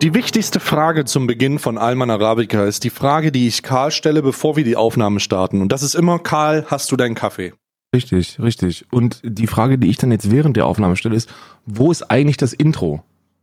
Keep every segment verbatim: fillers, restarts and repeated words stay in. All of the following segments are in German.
Die wichtigste Frage zum Beginn von Alman Arabica ist die Frage, die ich Karl stelle, bevor wir die Aufnahme starten. Und das ist immer: Karl, hast du deinen Kaffee? Richtig, richtig. Und die Frage, die ich dann jetzt während der Aufnahme stelle, ist: Wo ist eigentlich das Intro?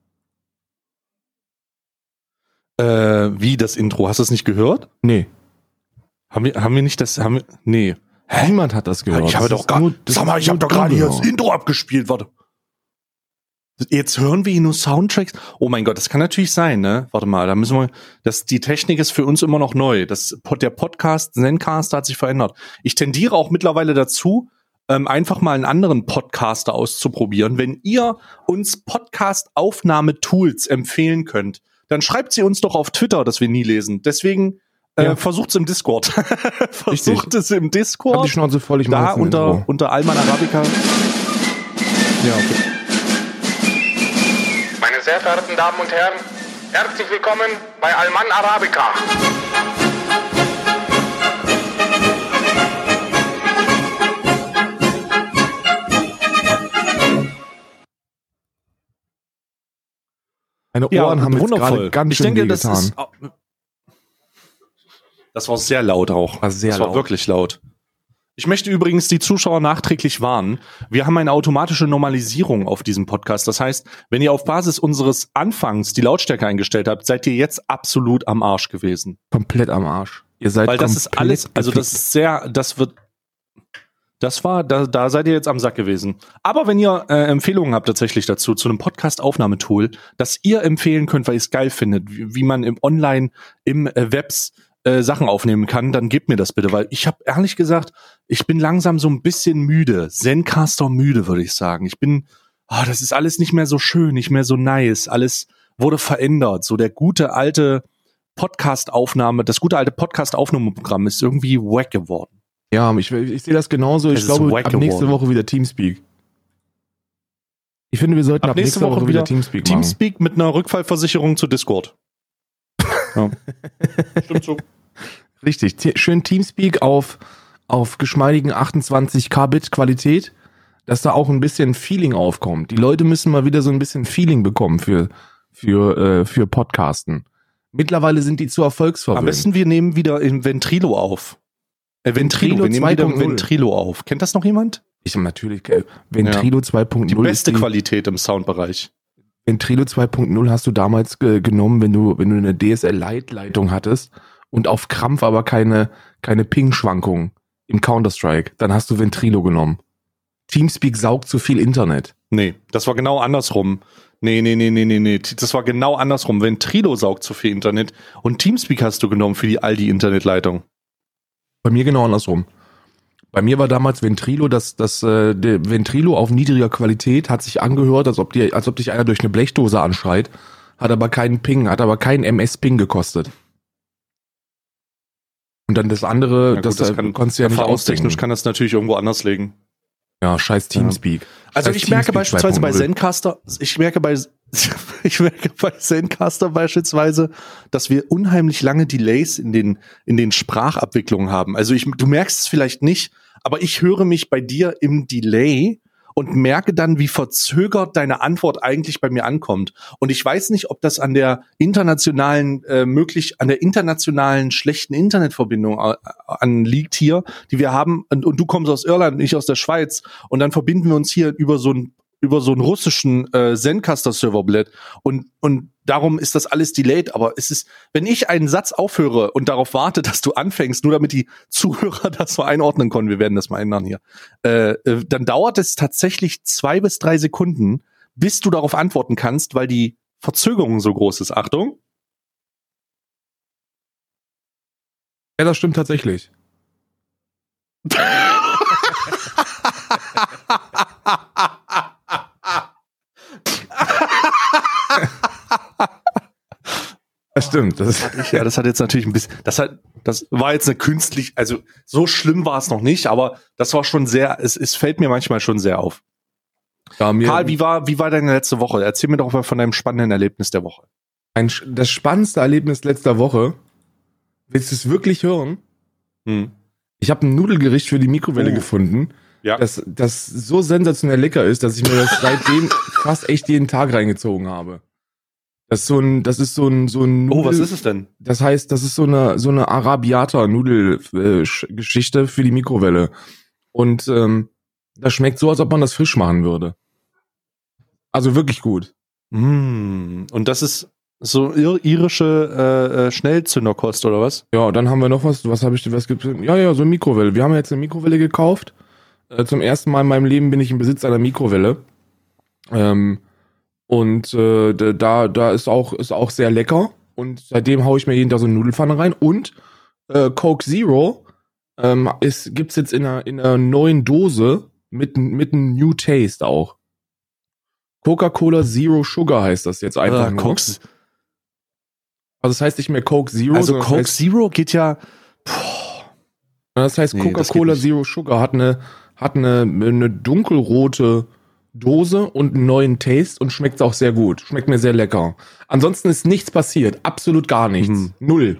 Äh, wie das Intro? Hast du es nicht gehört? Nee. Haben wir, haben wir nicht das, haben wir, nee. Hä? Niemand hat das gehört. Ich habe das doch gar, nur, sag mal, ich habe doch gerade hier das Intro abgespielt, warte. Jetzt hören wir hier nur Soundtracks. Oh mein Gott, das kann natürlich sein, ne? Warte mal, da müssen wir, das, die Technik ist für uns immer noch neu. Das, der Podcast, Zencaster hat sich verändert. Ich tendiere auch mittlerweile dazu, ähm, einfach mal einen anderen Podcaster auszuprobieren. Wenn ihr uns Podcast-Aufnahme-Tools empfehlen könnt, dann schreibt sie uns doch auf Twitter, dass wir nie lesen. Deswegen äh, ja. versucht es im Discord. versucht es im Discord. Hab die Schnauze voll, ich da unter, unter Alman Arabica. Ja, okay. Meine sehr verehrten Damen und Herren, herzlich willkommen bei Alman Arabica. Meine Ohren ja, haben jetzt wundervoll. gerade ganz ich schön denke, weh das getan. ist, das war sehr laut auch. War sehr das war laut. wirklich laut. Ich möchte übrigens die Zuschauer nachträglich warnen. Wir haben eine automatische Normalisierung auf diesem Podcast. Das heißt, wenn ihr auf Basis unseres Anfangs die Lautstärke eingestellt habt, seid ihr jetzt absolut am Arsch gewesen. Komplett am Arsch. Ihr seid Weil das ist alles, also das gefickt. ist sehr, das wird, das war, da, da seid ihr jetzt am Sack gewesen. Aber wenn ihr äh, Empfehlungen habt tatsächlich dazu, zu einem Podcast-Aufnahmetool, das ihr empfehlen könnt, weil ihr es geil findet, wie, wie man im Online, im äh, Webs äh, Sachen aufnehmen kann, dann gebt mir das bitte, weil ich habe ehrlich gesagt, ich bin langsam so ein bisschen müde, Zencaster müde, würde ich sagen. Ich bin, oh, das ist alles nicht mehr so schön, nicht mehr so nice, alles wurde verändert. So der gute alte Podcast-Aufnahme, das gute alte Podcast-Aufnahmeprogramm ist irgendwie wack geworden. Ja, ich, ich sehe das genauso. Es Ich ist glaube, wack ab nächste geworden. Woche wieder Teamspeak. Ich finde, wir sollten ab, Ab nächste nächste Woche, Woche wieder wieder Teamspeak machen. Teamspeak mit einer Rückfallversicherung zu Discord. Ja. Stimmt so. Richtig. T- schön Teamspeak auf, auf geschmeidigen achtundzwanzig Kbit Qualität, dass da auch ein bisschen Feeling aufkommt. Die Leute müssen mal wieder so ein bisschen Feeling bekommen für, für, äh, für Podcasten. Mittlerweile sind die zu erfolgsverwöhnt. Am besten, wir nehmen wieder in Ventrilo auf. Äh, Ventrilo, Ventrilo wir nehmen wieder zwei Punkt null. Ventrilo auf. Kennt das noch jemand? Ich habe natürlich, äh, Ventrilo Ja. zwei Punkt Die null beste ist die, Qualität im Soundbereich. Ventrilo zwei Punkt null hast du damals ge- genommen, wenn du, wenn du eine D S L-Lite-Leitung hattest und auf Krampf aber keine, keine Ping-Schwankungen im Counter-Strike, dann hast du Ventrilo genommen. Teamspeak saugt zu viel Internet. Nee, das war genau andersrum. Nee, nee, nee, nee, nee, nee. Das war genau andersrum. Ventrilo saugt zu viel Internet und Teamspeak hast du genommen für die Aldi-Internetleitung. Bei mir genau andersrum. Bei mir war damals Ventrilo, das, das äh, der Ventrilo auf niedriger Qualität hat sich angehört, als ob, dir, als ob dich einer durch eine Blechdose anschreit, hat aber keinen Ping, hat aber keinen M S-Ping gekostet. Und dann das andere, Ja, gut, das, das äh, kann, konntest du ja nicht erfahrungstechnisch ausdenken. kann das natürlich irgendwo anders liegen. Ja, scheiß Teamspeak. Also Scheiß ich merke Teamspeak beispielsweise bei zwei Punkt null. Zencaster, ich merke bei, ich merke bei Zencaster beispielsweise, dass wir unheimlich lange Delays in den, in den Sprachabwicklungen haben. Also ich, du merkst es vielleicht nicht, aber ich höre mich bei dir im Delay und merke dann, wie verzögert deine Antwort eigentlich bei mir ankommt. Und ich weiß nicht, ob das an der internationalen, äh, möglich, an der internationalen schlechten Internetverbindung äh, anliegt hier, die wir haben. Und, und du kommst aus Irland, ich aus der Schweiz. Und dann verbinden wir uns hier über so ein über so einen russischen äh, Zencaster-Serverblät und und darum ist das alles delayed, aber es ist, wenn ich einen Satz aufhöre und darauf warte, dass du anfängst, nur damit die Zuhörer das so einordnen können, wir werden das mal ändern hier, äh, äh, dann dauert es tatsächlich zwei bis drei Sekunden, bis du darauf antworten kannst, weil die Verzögerung so groß ist. Achtung. Ja, das stimmt tatsächlich. Das stimmt. Das ist Ja, das hat jetzt natürlich ein bisschen, das hat, das war jetzt eine künstlich, also so schlimm war es noch nicht, aber das war schon sehr, es, es fällt mir manchmal schon sehr auf. ja, mir, Karl, wie war, wie war deine letzte Woche? Erzähl mir doch mal von deinem spannenden Erlebnis der Woche. ein, das spannendste Erlebnis letzter Woche. Willst du es wirklich hören? Hm. Ich habe ein Nudelgericht für die Mikrowelle Oh. gefunden, Ja. das, das so sensationell lecker ist, dass ich mir das seitdem fast echt jeden Tag reingezogen habe. Das ist so ein, das ist so ein, so ein Nudel, oh, was ist es denn? Das heißt, das ist so eine, so eine Arabiata-Nudel-Geschichte für die Mikrowelle. Und ähm, das schmeckt so, als ob man das frisch machen würde. Also wirklich gut. Mm, und das ist so ir- irische äh, Schnellzünderkost, oder was? Ja, dann haben wir noch was, was habe ich, was gibt Ja, ja, so eine Mikrowelle. Wir haben jetzt eine Mikrowelle gekauft. Äh, zum ersten Mal in meinem Leben bin ich im Besitz einer Mikrowelle. Ähm, und äh, da, da ist auch, ist auch sehr lecker. Und seitdem haue ich mir jeden Tag so eine Nudelpfanne rein. Und äh, Coke Zero ähm, ist, gibt's jetzt in einer, in einer neuen Dose mit, mit einem New Taste auch. Coca-Cola Zero Sugar heißt das jetzt einfach äh, nur. Coke, also das heißt nicht mehr Coke Zero. Also Coke heißt, Zero geht ja... Boah. Das heißt Nee, Coca-Cola das Zero Sugar hat eine, hat eine, eine dunkelrote Dose und einen neuen Taste und schmeckt auch sehr gut. Schmeckt mir sehr lecker. Ansonsten ist nichts passiert. Absolut gar nichts. Mhm. Null.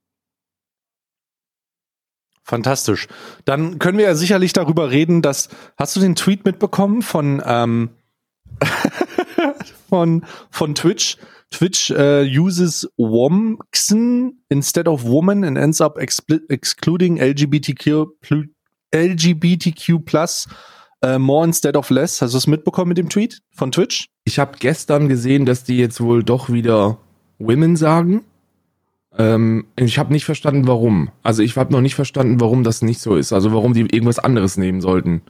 Fantastisch. Dann können wir ja sicherlich darüber reden, dass... Hast du den Tweet mitbekommen von... Ähm, von, von Twitch? Twitch uh, uses Womxen instead of woman and ends up expl- excluding L G B T Q pl- L G B T Q plus uh, more instead of less. Hast du es mitbekommen mit dem Tweet von Twitch? Ich habe gestern gesehen, dass die jetzt wohl doch wieder Women sagen. Ähm, ich habe nicht verstanden, warum. Also ich habe noch nicht verstanden, warum das nicht so ist. Also warum die irgendwas anderes nehmen sollten.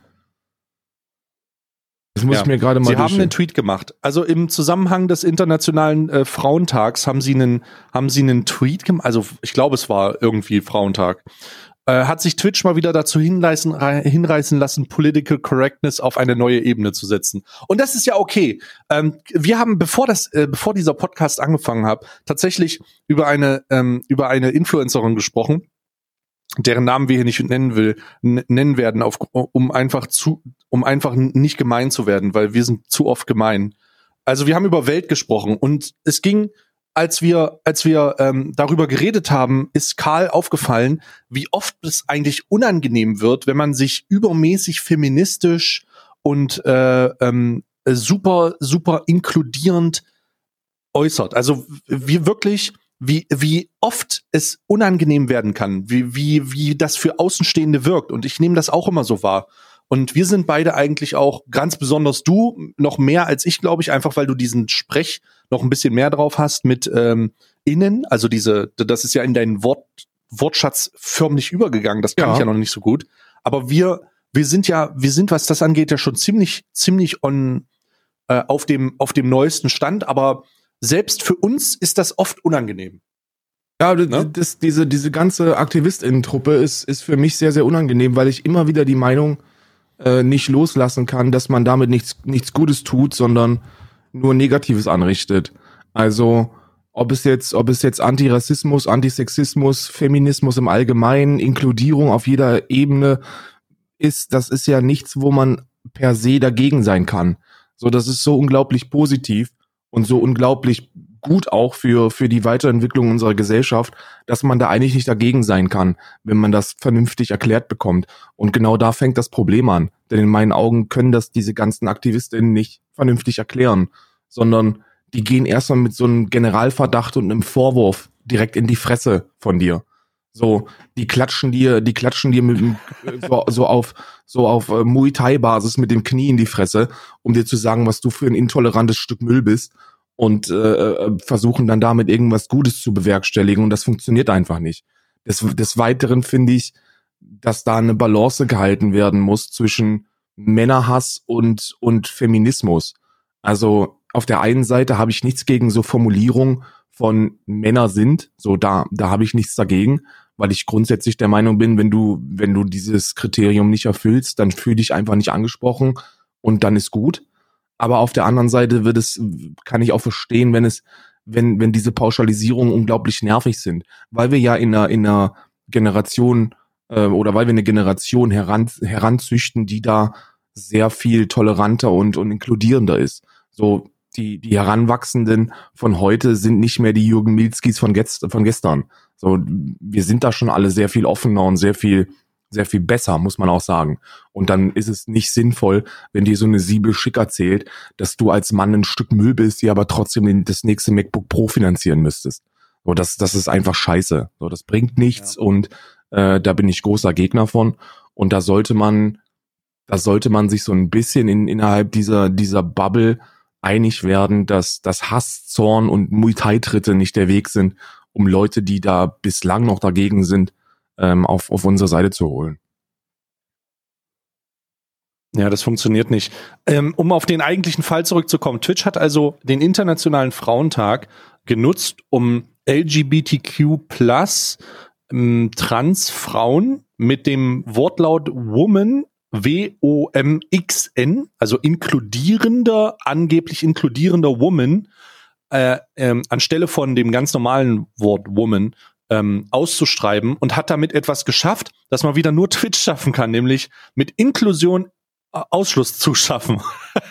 Das muss Ja. ich mir gerade mal Sie haben durchschauen. einen Tweet gemacht. Also im Zusammenhang des Internationalen äh, Frauentags haben sie einen, haben sie einen Tweet gemacht. Also ich glaube, es war irgendwie Frauentag. Äh, hat sich Twitch mal wieder dazu hinreißen, rei- hinreißen lassen, Political Correctness auf eine neue Ebene zu setzen. Und das ist ja okay. Ähm, wir haben, bevor das, äh, bevor dieser Podcast angefangen hat, tatsächlich über eine, ähm, über eine Influencerin gesprochen, deren Namen wir hier nicht nennen will, n- nennen werden, auf, um einfach zu, um einfach nicht gemein zu werden, weil wir sind zu oft gemein. Also wir haben über Welt gesprochen und es ging, als wir, als wir ähm, darüber geredet haben, ist Karl aufgefallen, wie oft es eigentlich unangenehm wird, wenn man sich übermäßig feministisch und äh, ähm, super, super inkludierend äußert. Also wie wirklich wie wie oft es unangenehm werden kann, wie wie wie das für Außenstehende wirkt. Und ich nehme das auch immer so wahr. Und wir sind beide eigentlich auch, ganz besonders du, noch mehr als ich, glaube ich, einfach weil du diesen Sprech noch ein bisschen mehr drauf hast mit ähm, innen. Also diese, das ist ja in deinen Wort, Wortschatz förmlich übergegangen. Das kann Ja. ich ja noch nicht so gut. Aber wir wir sind ja, wir sind, was das angeht, ja schon ziemlich ziemlich on äh, auf dem auf dem neuesten Stand. Aber selbst für uns ist das oft unangenehm. Ja, d- Ne? das, diese, diese ganze AktivistInnen-Truppe ist, ist für mich sehr, sehr unangenehm, weil ich immer wieder die Meinung äh, nicht loslassen kann, dass man damit nichts, nichts Gutes tut, sondern nur Negatives anrichtet. Also, ob es jetzt, ob es jetzt Antirassismus, Antisexismus, Feminismus im Allgemeinen, Inkludierung auf jeder Ebene ist, das ist ja nichts, wo man per se dagegen sein kann. So, das ist so unglaublich positiv und so unglaublich gut auch für, für die Weiterentwicklung unserer Gesellschaft, dass man da eigentlich nicht dagegen sein kann, wenn man das vernünftig erklärt bekommt. Und genau da fängt das Problem an. Denn in meinen Augen können das diese ganzen AktivistInnen nicht vernünftig erklären, sondern die gehen erstmal mit so einem Generalverdacht und einem Vorwurf direkt in die Fresse von dir. So, die klatschen dir, die klatschen dir mit dem, so, so auf, so auf äh, Muay Thai Basis mit dem Knie in die Fresse, um dir zu sagen, was du für ein intolerantes Stück Müll bist und äh, versuchen dann damit irgendwas Gutes zu bewerkstelligen und das funktioniert einfach nicht. Des, des Weiteren finde ich, dass da eine Balance gehalten werden muss zwischen Männerhass und und Feminismus. Also auf der einen Seite habe ich nichts gegen so Formulierungen von Männer sind, so da da habe ich nichts dagegen, weil ich grundsätzlich der Meinung bin, wenn du wenn du dieses Kriterium nicht erfüllst, dann fühl dich einfach nicht angesprochen und dann ist gut. Aber auf der anderen Seite wird es, kann ich auch verstehen, wenn es, wenn, wenn diese Pauschalisierungen unglaublich nervig sind, weil wir ja in einer, in einer Generation äh, oder weil wir eine Generation heran, heranzüchten, die da sehr viel toleranter und, und inkludierender ist. So die, die Heranwachsenden von heute sind nicht mehr die Jürgen Milzkis von, gest, von gestern. So, wir sind da schon alle sehr viel offener und sehr viel, sehr viel besser, muss man auch sagen. Und dann ist es nicht sinnvoll, wenn dir so eine Siebel schick erzählt, dass du als Mann ein Stück Müll bist, die aber trotzdem den, das nächste MacBook Pro finanzieren müsstest. So, das, das ist einfach scheiße. So, das bringt nichts ja. und äh, da bin ich großer Gegner von. Und da sollte man, da sollte man sich so ein bisschen in, innerhalb dieser, dieser Bubble einig werden, dass das Hass, Zorn und Muay Thai-Tritte nicht der Weg sind, um Leute, die da bislang noch dagegen sind, ähm, auf, auf unsere Seite zu holen. Ja, das funktioniert nicht. Ähm, um auf den eigentlichen Fall zurückzukommen, Twitch hat also den Internationalen Frauentag genutzt, um L G B T Q plus ähm, Transfrauen mit dem Wortlaut Woman, W O M X N, also inkludierender, angeblich inkludierender Woman, äh, ähm, anstelle von dem ganz normalen Wort Woman ähm, auszuschreiben und hat damit etwas geschafft, das man wieder nur Twitch schaffen kann, nämlich mit Inklusion äh, Ausschluss zu schaffen.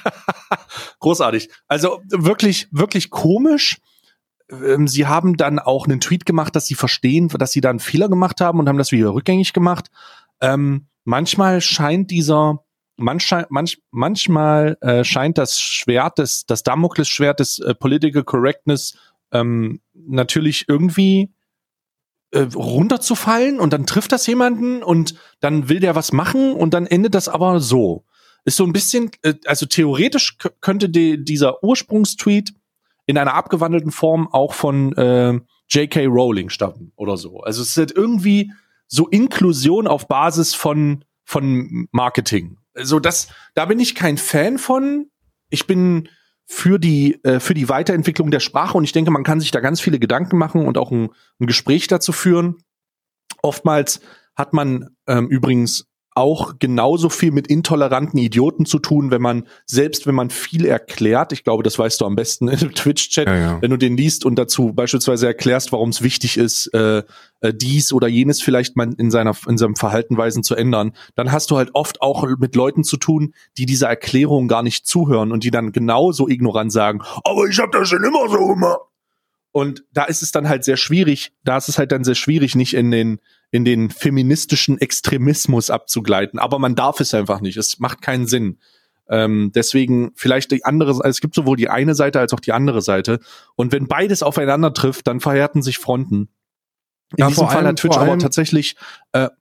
Großartig. Also wirklich, wirklich komisch. Ähm, sie haben dann auch einen Tweet gemacht, dass sie verstehen, dass sie da einen Fehler gemacht haben und haben das wieder rückgängig gemacht. Ähm, manchmal scheint dieser, manch, manch, manchmal äh, scheint das Schwert des, das Damoklesschwert des äh, Political Correctness ähm, natürlich irgendwie äh, runterzufallen und dann trifft das jemanden und dann will der was machen und dann endet das aber so. Ist so ein bisschen, äh, also theoretisch k- könnte die, dieser Ursprungstweet in einer abgewandelten Form auch von äh, J K Rowling stammen oder so. Also es ist halt irgendwie so Inklusion auf Basis von von Marketing. Also das, da bin ich kein Fan von. Ich bin für die äh, für die Weiterentwicklung der Sprache und ich denke, man kann sich da ganz viele Gedanken machen und auch ein, ein Gespräch dazu führen. Oftmals hat man ähm, übrigens auch genauso viel mit intoleranten Idioten zu tun, wenn man, selbst wenn man viel erklärt, ich glaube, das weißt du am besten im Twitch-Chat, ja, ja. wenn du den liest und dazu beispielsweise erklärst, warum es wichtig ist, äh, äh, dies oder jenes vielleicht mal in seiner in seinem Verhaltenweisen zu ändern, dann hast du halt oft auch mit Leuten zu tun, die dieser Erklärung gar nicht zuhören und die dann genauso ignorant sagen, aber ich habe das schon immer so gemacht. Und da ist es dann halt sehr schwierig, da ist es halt dann sehr schwierig, nicht in den in den feministischen Extremismus abzugleiten. Aber man darf es einfach nicht. Es macht keinen Sinn. Ähm, deswegen vielleicht die andere, also es gibt sowohl die eine Seite als auch die andere Seite. Und wenn beides aufeinander trifft, dann verhärten sich Fronten. In ja, diesem Fall allem, hat Twitch aber tatsächlich äh,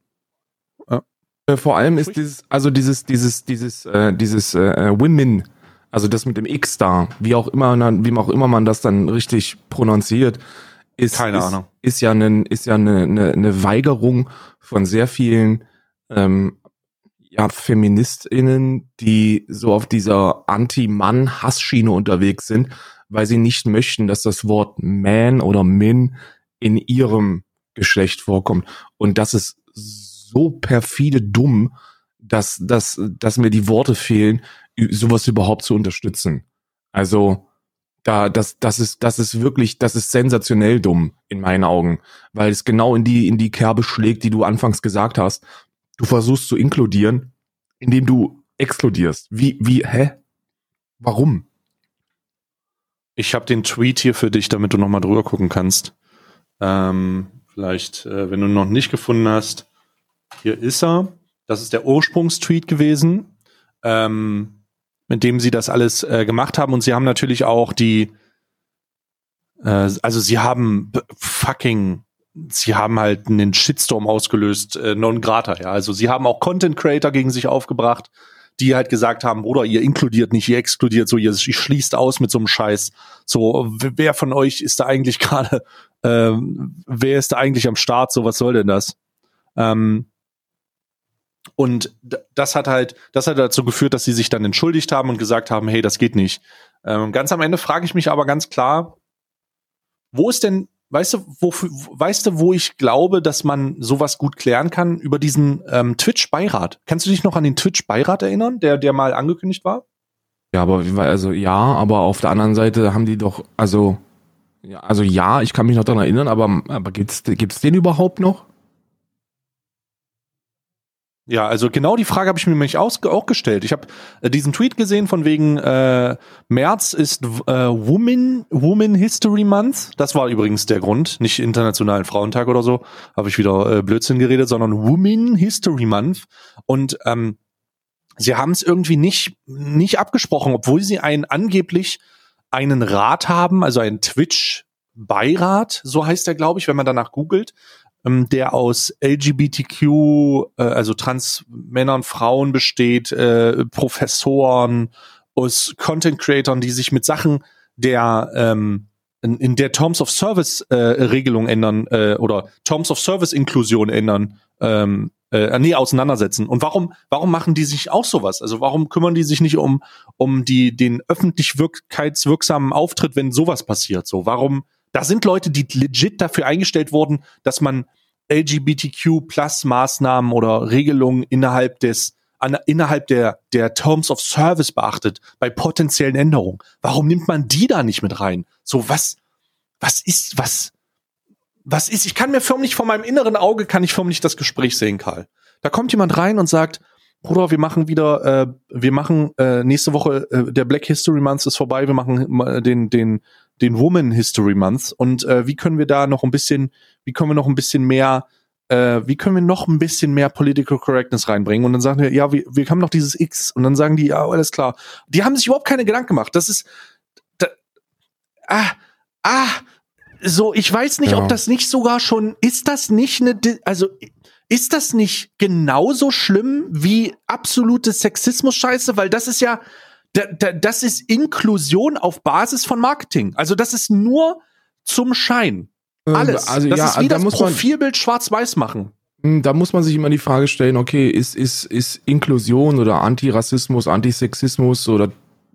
äh, vor allem ist dieses, also dieses, dieses, dieses, äh, dieses äh, Women, also das mit dem X da, wie auch immer, wie auch immer man das dann richtig prononziert, ist, Keine ist, Ahnung. ist ja eine, ist ja eine, eine, eine Weigerung von sehr vielen ähm, ja, FeministInnen, die so auf dieser Anti-Mann-Hassschiene unterwegs sind, weil sie nicht möchten, dass das Wort Man oder Min in ihrem Geschlecht vorkommt. Und das ist so perfide dumm, dass, dass, dass mir die Worte fehlen, sowas überhaupt zu unterstützen. Also da, das, das ist, das ist wirklich, das ist sensationell dumm in meinen Augen, weil es genau in die, in die Kerbe schlägt, die du anfangs gesagt hast. Du versuchst zu inkludieren, indem du exkludierst. Wie, wie, hä? Warum? Ich habe den Tweet hier für dich, damit du noch mal drüber gucken kannst. Ähm, vielleicht, äh, wenn du ihn noch nicht gefunden hast, hier ist er. Das ist der Ursprungstweet gewesen. Ähm, mit dem sie das alles äh, gemacht haben. Und sie haben natürlich auch die, äh, also sie haben b- fucking, sie haben halt einen Shitstorm ausgelöst, äh, non grata, ja. Also sie haben auch Content Creator gegen sich aufgebracht, die halt gesagt haben, Bruder, ihr inkludiert nicht, ihr exkludiert so, ihr, ihr schließt aus mit so einem Scheiß. So, w- wer von euch ist da eigentlich gerade, ähm, wer ist da eigentlich am Start? So, was soll denn das? Ähm, Und das hat halt, das hat dazu geführt, dass sie sich dann entschuldigt haben und gesagt haben, hey, das geht nicht. Ähm, ganz am Ende frage ich mich aber ganz klar, wo ist denn, weißt du, wo, weißt du, wo ich glaube, dass man sowas gut klären kann? Über diesen ähm, Twitch-Beirat. Kannst du dich noch an den Twitch-Beirat erinnern, der, der mal angekündigt war? Ja, aber also ja, aber auf der anderen Seite haben die doch, also ja, also ja, ich kann mich noch daran erinnern, aber, aber gibt's, gibt's den überhaupt noch? Ja, also genau die Frage habe ich mir nämlich aus, auch gestellt. Ich habe äh, diesen Tweet gesehen von wegen äh, März ist äh, Woman, Woman History Month. Das war übrigens der Grund, nicht Internationalen Frauentag oder so, habe ich wieder äh, Blödsinn geredet, sondern Woman History Month. Und ähm, sie haben es irgendwie nicht nicht abgesprochen, obwohl sie einen angeblich einen Rat haben, also einen Twitch-Beirat, so heißt der, glaube ich, wenn man danach googelt, der aus L G B T Q, äh, also Trans-Männern, Frauen besteht, äh, Professoren, aus Content-Creatern, die sich mit Sachen der ähm, in, in der Terms of Service äh, Regelung ändern äh, oder Terms of Service Inklusion ändern, ähm, äh, nee, auseinandersetzen. Und warum warum machen die sich auch sowas? Also warum kümmern die sich nicht um um die den öffentlichkeitswirksamen Auftritt, wenn sowas passiert? So, warum? Da sind Leute, die legit dafür eingestellt wurden, dass man L G B T Q Plus Maßnahmen oder Regelungen innerhalb des an, innerhalb der der Terms of Service beachtet bei potenziellen Änderungen. Warum nimmt man die da nicht mit rein? So, was was ist was was ist? Ich kann mir förmlich vor meinem inneren Auge kann ich förmlich das Gespräch sehen, Karl. Da kommt jemand rein und sagt: Bruder, wir machen wieder, äh, wir machen äh, nächste Woche äh, der Black History Month ist vorbei. Wir machen äh, den den den Woman History Month und äh, wie können wir da noch ein bisschen, wie können wir noch ein bisschen mehr, äh, wie können wir noch ein bisschen mehr Political Correctness reinbringen? Und dann sagen wir, ja, wir, wir haben noch dieses X und dann sagen die, ja, alles klar. Die haben sich überhaupt keine Gedanken gemacht. Das ist, da, ah, ah, so, ich weiß nicht, ja. ob das nicht sogar schon, ist das nicht eine, also ist das nicht genauso schlimm wie absolute Sexismus-Scheiße? Weil das ist ja, Da, da, das ist Inklusion auf Basis von Marketing. Also das ist nur zum Schein. Alles. Also, das ja, ist wie da das Profilbild schwarz-weiß machen. Da muss man sich immer die Frage stellen, okay, ist, ist, ist Inklusion oder Antirassismus, Antisexismus oder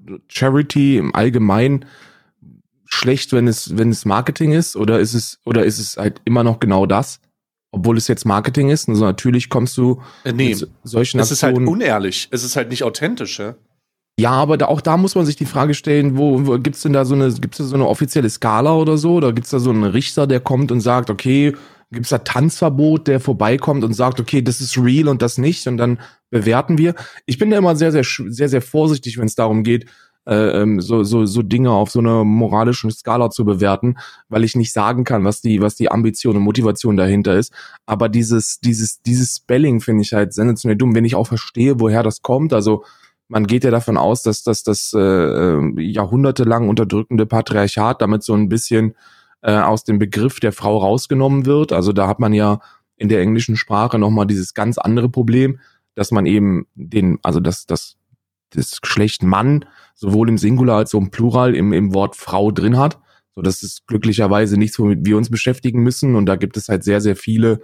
Charity im Allgemeinen schlecht, wenn es, wenn es Marketing ist, oder ist es, oder ist es halt immer noch genau das? Obwohl es jetzt Marketing ist. Also natürlich kommst du äh, nee, mit solchen es Aktionen. ist halt unehrlich. Es ist halt nicht authentisch, ja? Ja, aber da, auch da muss man sich die Frage stellen, wo, wo gibt's denn da so eine, gibt's da so eine offizielle Skala oder so? Oder gibt's da so einen Richter, der kommt und sagt, okay, gibt's da Tanzverbot, der vorbeikommt und sagt, okay, das ist real und das nicht, und dann bewerten wir. Ich bin da immer sehr, sehr, sehr, sehr vorsichtig, wenn es darum geht, äh, so, so, so Dinge auf so einer moralischen Skala zu bewerten, weil ich nicht sagen kann, was die, was die Ambition und Motivation dahinter ist. Aber dieses, dieses, dieses Spelling finde ich halt sensationell dumm, wenn ich auch verstehe, woher das kommt. Also, man geht ja davon aus, dass, dass das äh, jahrhundertelang unterdrückende Patriarchat damit so ein bisschen äh, aus dem Begriff der Frau rausgenommen wird. Also da hat man ja in der englischen Sprache nochmal dieses ganz andere Problem, dass man eben den, also das, das, das Geschlecht Mann sowohl im Singular als auch im Plural im, im Wort Frau drin hat. So, das ist glücklicherweise nichts, womit wir uns beschäftigen müssen. Und da gibt es halt sehr, sehr viele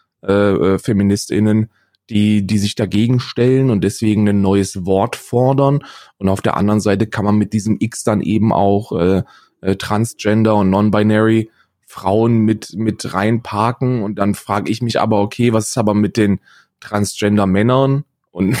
äh, FeministInnen, die die sich dagegen stellen und deswegen ein neues Wort fordern. Und auf der anderen Seite kann man mit diesem X dann eben auch äh, äh, Transgender und Non-Binary Frauen mit mit reinparken. Und dann frage ich mich aber, okay, was ist aber mit den Transgender-Männern und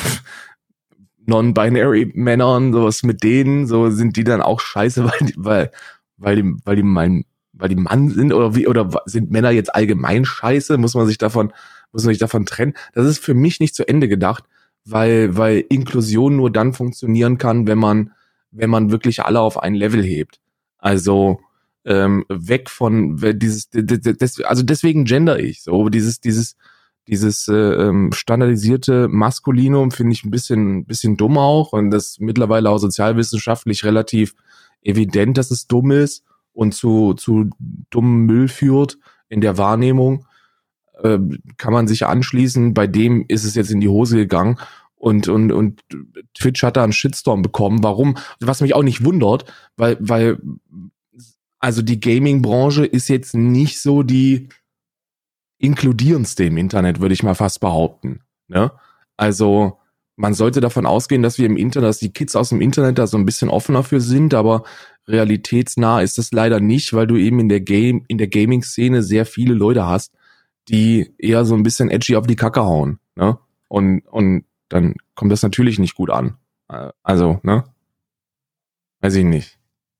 Non-Binary-Männern, sowas mit denen? So, sind die dann auch scheiße, weil die, weil, weil die, weil die mein, weil die Mann sind, oder wie, oder sind Männer jetzt allgemein scheiße? Muss man sich davon muss man sich davon trennen. Das ist für mich nicht zu Ende gedacht, weil weil Inklusion nur dann funktionieren kann, wenn man wenn man wirklich alle auf ein Level hebt. Also ähm, weg von dieses des, also deswegen gender ich so dieses dieses dieses äh, standardisierte Maskulinum finde ich ein bisschen bisschen dumm auch, und das ist mittlerweile auch sozialwissenschaftlich relativ evident, dass es dumm ist und zu zu dummem Müll führt in der Wahrnehmung. Kann man sich anschließen. Bei dem ist es jetzt in die Hose gegangen und und und Twitch hat da einen Shitstorm bekommen. Warum? Was mich auch nicht wundert, weil weil also die Gaming-Branche ist jetzt nicht so die inkludierendste im Internet, würde ich mal fast behaupten. Ne? Also man sollte davon ausgehen, dass wir im Internet, dass die Kids aus dem Internet da so ein bisschen offener für sind, aber realitätsnah ist das leider nicht, weil du eben in der Game in der Gaming-Szene sehr viele Leute hast, die eher so ein bisschen edgy auf die Kacke hauen, ne? Und, und dann kommt das natürlich nicht gut an. Also, ne? Weiß ich nicht.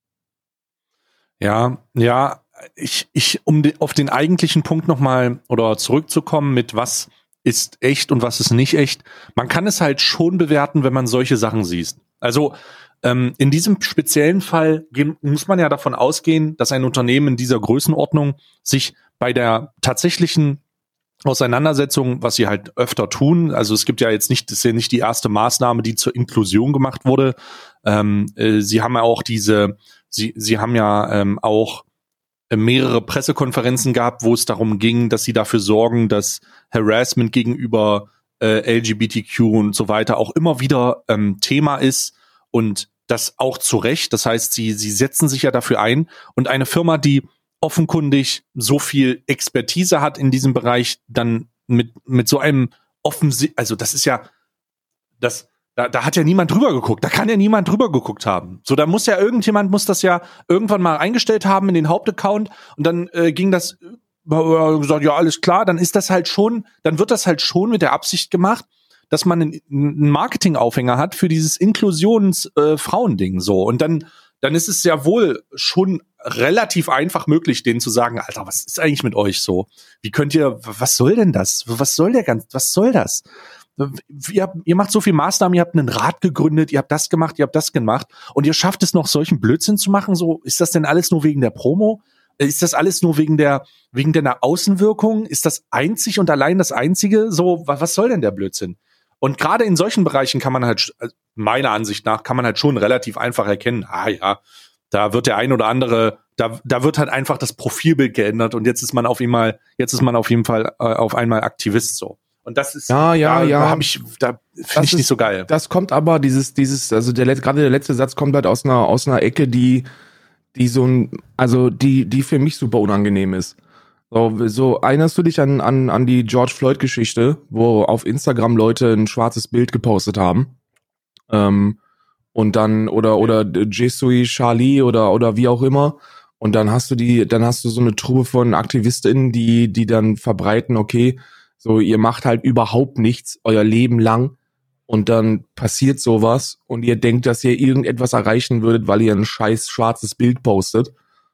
Ja, ja, ich, ich, um de, auf den eigentlichen Punkt nochmal oder zurückzukommen, mit was ist echt und was ist nicht echt. Man kann es halt schon bewerten, wenn man solche Sachen sieht. Also ähm, in diesem speziellen Fall ge- muss man ja davon ausgehen, dass ein Unternehmen in dieser Größenordnung sich bei der tatsächlichen Auseinandersetzung, was sie halt öfter tun, also es gibt ja jetzt nicht, das ist ja nicht die erste Maßnahme, die zur Inklusion gemacht wurde. Ähm, äh, sie haben ja auch diese, sie, sie haben ja ähm, auch mehrere Pressekonferenzen gehabt, wo es darum ging, dass sie dafür sorgen, dass Harassment gegenüber äh, L G B T Q und so weiter auch immer wieder ähm, Thema ist und das auch zu Recht. Das heißt, sie, sie setzen sich ja dafür ein und eine Firma, die offenkundig so viel Expertise hat in diesem Bereich, dann mit mit so einem offensichtlich, also das ist ja, das, da, da hat ja niemand drüber geguckt, da kann ja niemand drüber geguckt haben. So, da muss ja irgendjemand, muss das ja irgendwann mal eingestellt haben in den Hauptaccount und dann äh, ging das, äh, gesagt, ja, alles klar, dann ist das halt schon, dann wird das halt schon mit der Absicht gemacht, dass man einen, einen Marketingaufhänger hat für dieses Inklusions-Frauending, äh, so. Und dann, dann ist es ja wohl schon relativ einfach möglich, denen zu sagen, Alter, was ist eigentlich mit euch so? Wie könnt ihr, was soll denn das? Was soll der ganz, was soll das? Ihr, habt, ihr macht so viel Maßnahmen, ihr habt einen Rat gegründet, ihr habt das gemacht, ihr habt das gemacht und ihr schafft es noch, solchen Blödsinn zu machen, so, ist das denn alles nur wegen der Promo? Ist das alles nur wegen der, wegen der Außenwirkung? Ist das einzig und allein das Einzige? So, was soll denn der Blödsinn? Und gerade in solchen Bereichen kann man halt, meiner Ansicht nach, kann man halt schon relativ einfach erkennen, ah ja, da wird der ein oder andere, da, da wird halt einfach das Profilbild geändert und jetzt ist man auf einmal, jetzt ist man auf jeden Fall äh, auf einmal Aktivist so. Und das ist, ja, ja, da, ja. da hab ich, da finde ich nicht so geil. Das kommt aber, dieses, dieses, also der gerade der letzte Satz kommt halt aus einer, aus einer Ecke, die, die so ein, also die, die für mich super unangenehm ist. So, so erinnerst du dich an, an, an die George Floyd-Geschichte, wo auf Instagram Leute ein schwarzes Bild gepostet haben? Ähm, und dann, oder, oder Jesui Charlie oder, oder wie auch immer. Und dann hast du die, dann hast du so eine Truppe von AktivistInnen, die, die dann verbreiten, okay, so, ihr macht halt überhaupt nichts euer Leben lang und dann passiert sowas und ihr denkt, dass ihr irgendetwas erreichen würdet, weil ihr ein scheiß schwarzes Bild postet.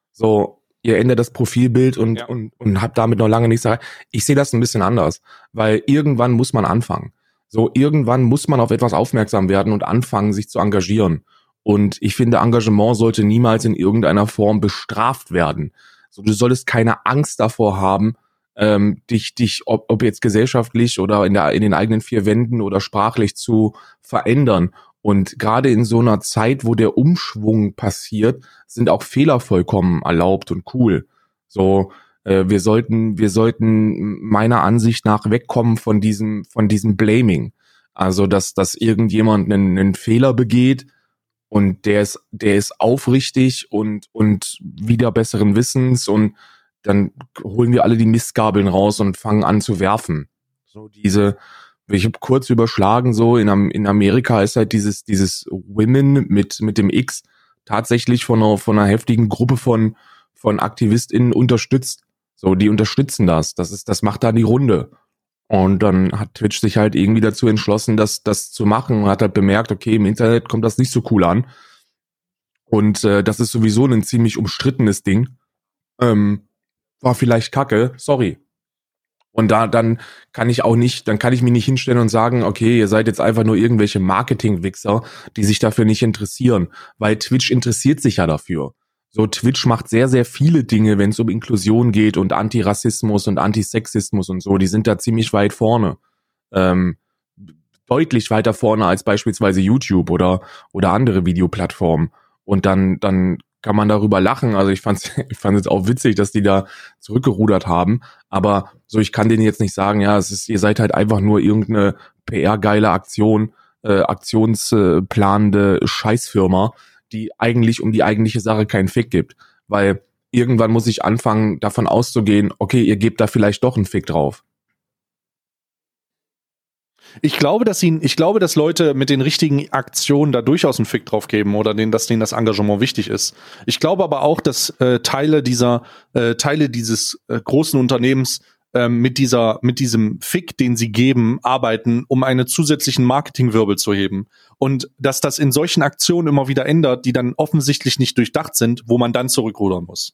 So, ihr ändert das Profilbild und, ja. und, und habt damit noch lange nichts erreicht. Ich sehe das ein bisschen anders, weil irgendwann muss man anfangen. So, irgendwann muss man auf etwas aufmerksam werden und anfangen, sich zu engagieren. Und ich finde, Engagement sollte niemals in irgendeiner Form bestraft werden. So, du solltest keine Angst davor haben, ähm, dich, dich, ob, ob jetzt gesellschaftlich oder in der, in den eigenen vier Wänden oder sprachlich zu verändern. Und gerade in so einer Zeit, wo der Umschwung passiert, sind auch Fehler vollkommen erlaubt und cool. So, äh, wir sollten, wir sollten meiner Ansicht nach wegkommen von diesem, von diesem Blaming. Also, dass, dass irgendjemand einen, einen Fehler begeht und der ist, der ist aufrichtig und, und wieder besseren Wissens und dann holen wir alle die Mistgabeln raus und fangen an zu werfen. So diese, ich habe kurz überschlagen, so in, in Amerika ist halt dieses dieses Women mit mit dem X tatsächlich von einer von einer heftigen Gruppe von von AktivistInnen unterstützt. So, die unterstützen das. Das ist, das macht da die Runde. Und dann hat Twitch sich halt irgendwie dazu entschlossen, das das zu machen und hat halt bemerkt, okay, im Internet kommt das nicht so cool an. Und äh, das ist sowieso ein ziemlich umstrittenes Ding. Ähm, war vielleicht kacke, sorry. Und da, dann kann ich auch nicht, dann kann ich mich nicht hinstellen und sagen, okay, ihr seid jetzt einfach nur irgendwelche Marketing-Wichser, die sich dafür nicht interessieren, weil Twitch interessiert sich ja dafür. So, Twitch macht sehr, sehr viele Dinge, wenn es um Inklusion geht und Antirassismus und Antisexismus und so, die sind da ziemlich weit vorne. Ähm, deutlich weiter vorne als beispielsweise YouTube oder, oder andere Videoplattformen. Und dann, dann kann man darüber lachen. Also ich fand's, ich fand es auch witzig, dass die da zurückgerudert haben. Aber so, ich kann denen jetzt nicht sagen, ja, es ist, ihr seid halt einfach nur irgendeine P R-geile Aktion, äh, aktionsplanende Scheißfirma, die eigentlich um die eigentliche Sache keinen Fick gibt. Weil irgendwann muss ich anfangen, davon auszugehen, okay, ihr gebt da vielleicht doch einen Fick drauf. Ich glaube, dass ihnen, ich glaube, dass Leute mit den richtigen Aktionen da durchaus einen Fick drauf geben oder denen, dass denen das Engagement wichtig ist. Ich glaube aber auch, dass äh, Teile dieser, äh, Teile dieses äh, großen Unternehmens äh, mit dieser, mit diesem Fick, den sie geben, arbeiten, um einen zusätzlichen Marketingwirbel zu heben. Und dass das in solchen Aktionen immer wieder ändert, die dann offensichtlich nicht durchdacht sind, wo man dann zurückrudern muss.